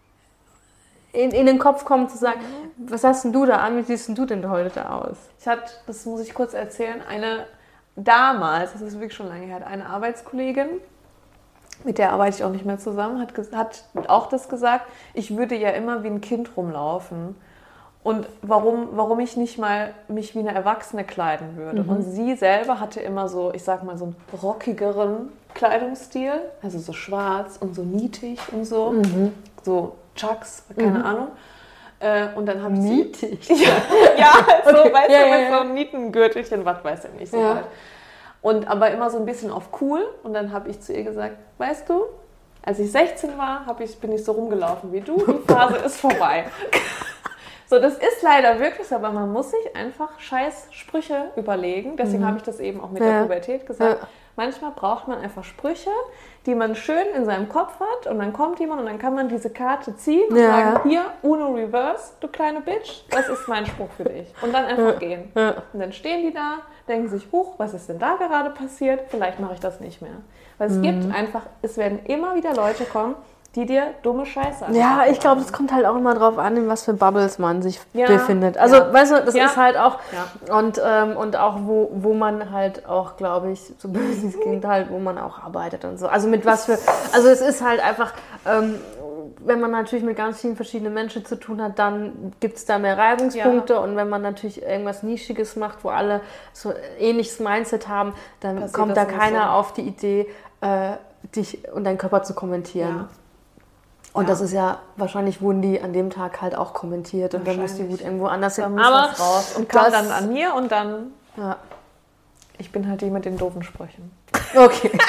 in, in den Kopf kommen, zu sagen, mhm. was hast denn du da an, wie siehst denn du denn heute da aus? Ich hatte, das muss ich kurz erzählen, eine damals, das ist wirklich schon lange her, eine Arbeitskollegin, mit der arbeite ich auch nicht mehr zusammen, hat, hat auch das gesagt, ich würde ja immer wie ein Kind rumlaufen. Und warum, warum ich nicht mal mich wie eine Erwachsene kleiden würde. Mhm. Und sie selber hatte immer so, ich sag mal, so einen rockigeren Kleidungsstil, also so schwarz und so nietig und so, mhm. so Chucks, keine mhm. Ahnung. Äh, und dann habe ich nietig? Sie, ja, ja, so, okay. weißt ja, du, ja, mit ja. so einem Nietengürtelchen, was weiß ich nicht, so ja. halt. Und aber immer so ein bisschen auf cool. Und dann habe ich zu ihr gesagt, weißt du, als ich sechzehn war, hab ich, bin ich so rumgelaufen wie du. Die Phase ist vorbei. So, das ist leider wirklich so, aber man muss sich einfach scheiß Sprüche überlegen. Deswegen mhm. habe ich das eben auch mit ja. der Pubertät gesagt. Ja. Manchmal braucht man einfach Sprüche, die man schön in seinem Kopf hat und dann kommt jemand und dann kann man diese Karte ziehen und ja. sagen, hier, Uno Reverse, du kleine Bitch, das ist mein Spruch für dich. Und dann einfach ja. gehen. Ja. Und dann stehen die da, denken sich, huch, was ist denn da gerade passiert? Vielleicht mache ich das nicht mehr. Weil es mhm. gibt einfach, es werden immer wieder Leute kommen, die dir dumme Scheiße anbieten. Ja, ich glaube, es kommt halt auch immer drauf an, in was für Bubbles man sich ja, befindet. Also, ja. weißt du, das ja. ist halt auch, ja. und, ähm, und auch, wo, wo man halt auch, glaube ich, so böse es klingt halt, wo man auch arbeitet und so. Also mit was für, also es ist halt einfach, ähm, wenn man natürlich mit ganz vielen verschiedenen Menschen zu tun hat, dann gibt es da mehr Reibungspunkte ja. und wenn man natürlich irgendwas Nischiges macht, wo alle so ähnliches Mindset haben, dann Passiert kommt da keiner so. auf die Idee, äh, dich und deinen Körper zu kommentieren. Ja. Und ja. das ist ja, wahrscheinlich wurden die an dem Tag halt auch kommentiert und dann muss die gut irgendwo anders hin. Dann aber das raus und kam dann an mir und dann, ja. ich bin halt die mit den doofen Sprüchen. Okay.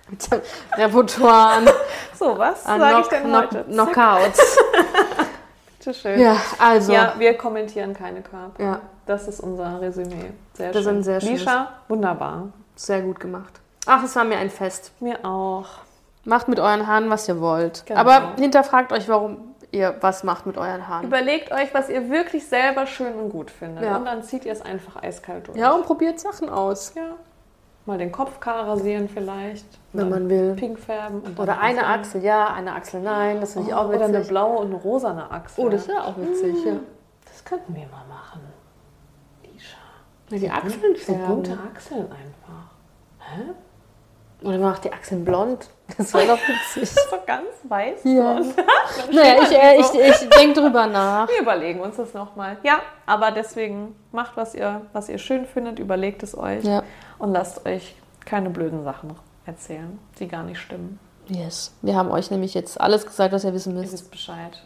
Repertoire an, So, was an sage ich Knock, denn Knock, heute? Knockouts. Bitte schön. Ja, also. Ja, wir kommentieren keine Körper. Ja. Das ist unser Resümee. Sehr Das ist schön. ein sehr schönes- Lisha, wunderbar. Sehr gut gemacht. Ach, es war mir ein Fest. Mir auch. Macht mit euren Haaren, was ihr wollt. Genau. Aber hinterfragt euch, warum ihr was macht mit euren Haaren. Überlegt euch, was ihr wirklich selber schön und gut findet. Ja. Und dann zieht ihr es einfach eiskalt durch. Ja, und probiert Sachen aus, Ja. Mal den Kopf kahl rasieren vielleicht. wenn Oder man will. pink färben. Und dann Oder eine rasieren. Achsel, ja, eine Achsel, nein, das finde ich auch Oder eine witzig. blaue und eine rosane Achsel. Oh, das wäre auch witzig, ja. Das könnten wir mal machen. Lisha. Ja, die Achseln So färben. bunte Achseln einfach. Hä? Oder man macht die Achseln blond. Das wäre doch witzig. So ganz weiß. Ja. blond. Naja, ich, äh, ich, so. ich denke drüber nach. Wir überlegen uns das nochmal. Ja, aber deswegen macht, was ihr, was ihr schön findet, überlegt es euch Ja. und lasst euch keine blöden Sachen erzählen, die gar nicht stimmen. Yes. Wir haben euch nämlich jetzt alles gesagt, was ihr wissen Ihr müsst. wisst Bescheid.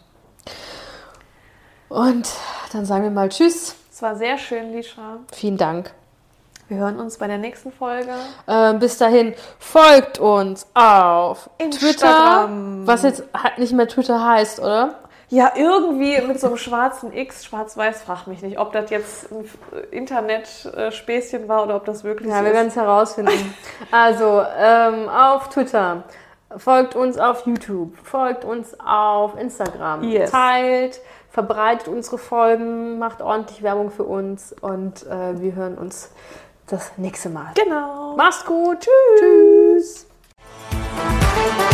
Und dann sagen wir mal Tschüss. Es war sehr schön, Lisha. Vielen Dank. Wir hören uns bei der nächsten Folge. Ähm, bis dahin, folgt uns auf Instagram. Twitter, was jetzt halt nicht mehr Twitter heißt, oder? Ja, irgendwie mit so einem schwarzen X, schwarz-weiß, frag mich nicht, ob das jetzt ein Internet-Späßchen war oder ob das wirklich Ja, so wir ist. werden es herausfinden. Also, ähm, auf Twitter, folgt uns auf YouTube, folgt uns auf Instagram, Yes. teilt, verbreitet unsere Folgen, macht ordentlich Werbung für uns und äh, wir hören uns das nächste Mal. Genau. Mach's gut, tschüss. Tschüss.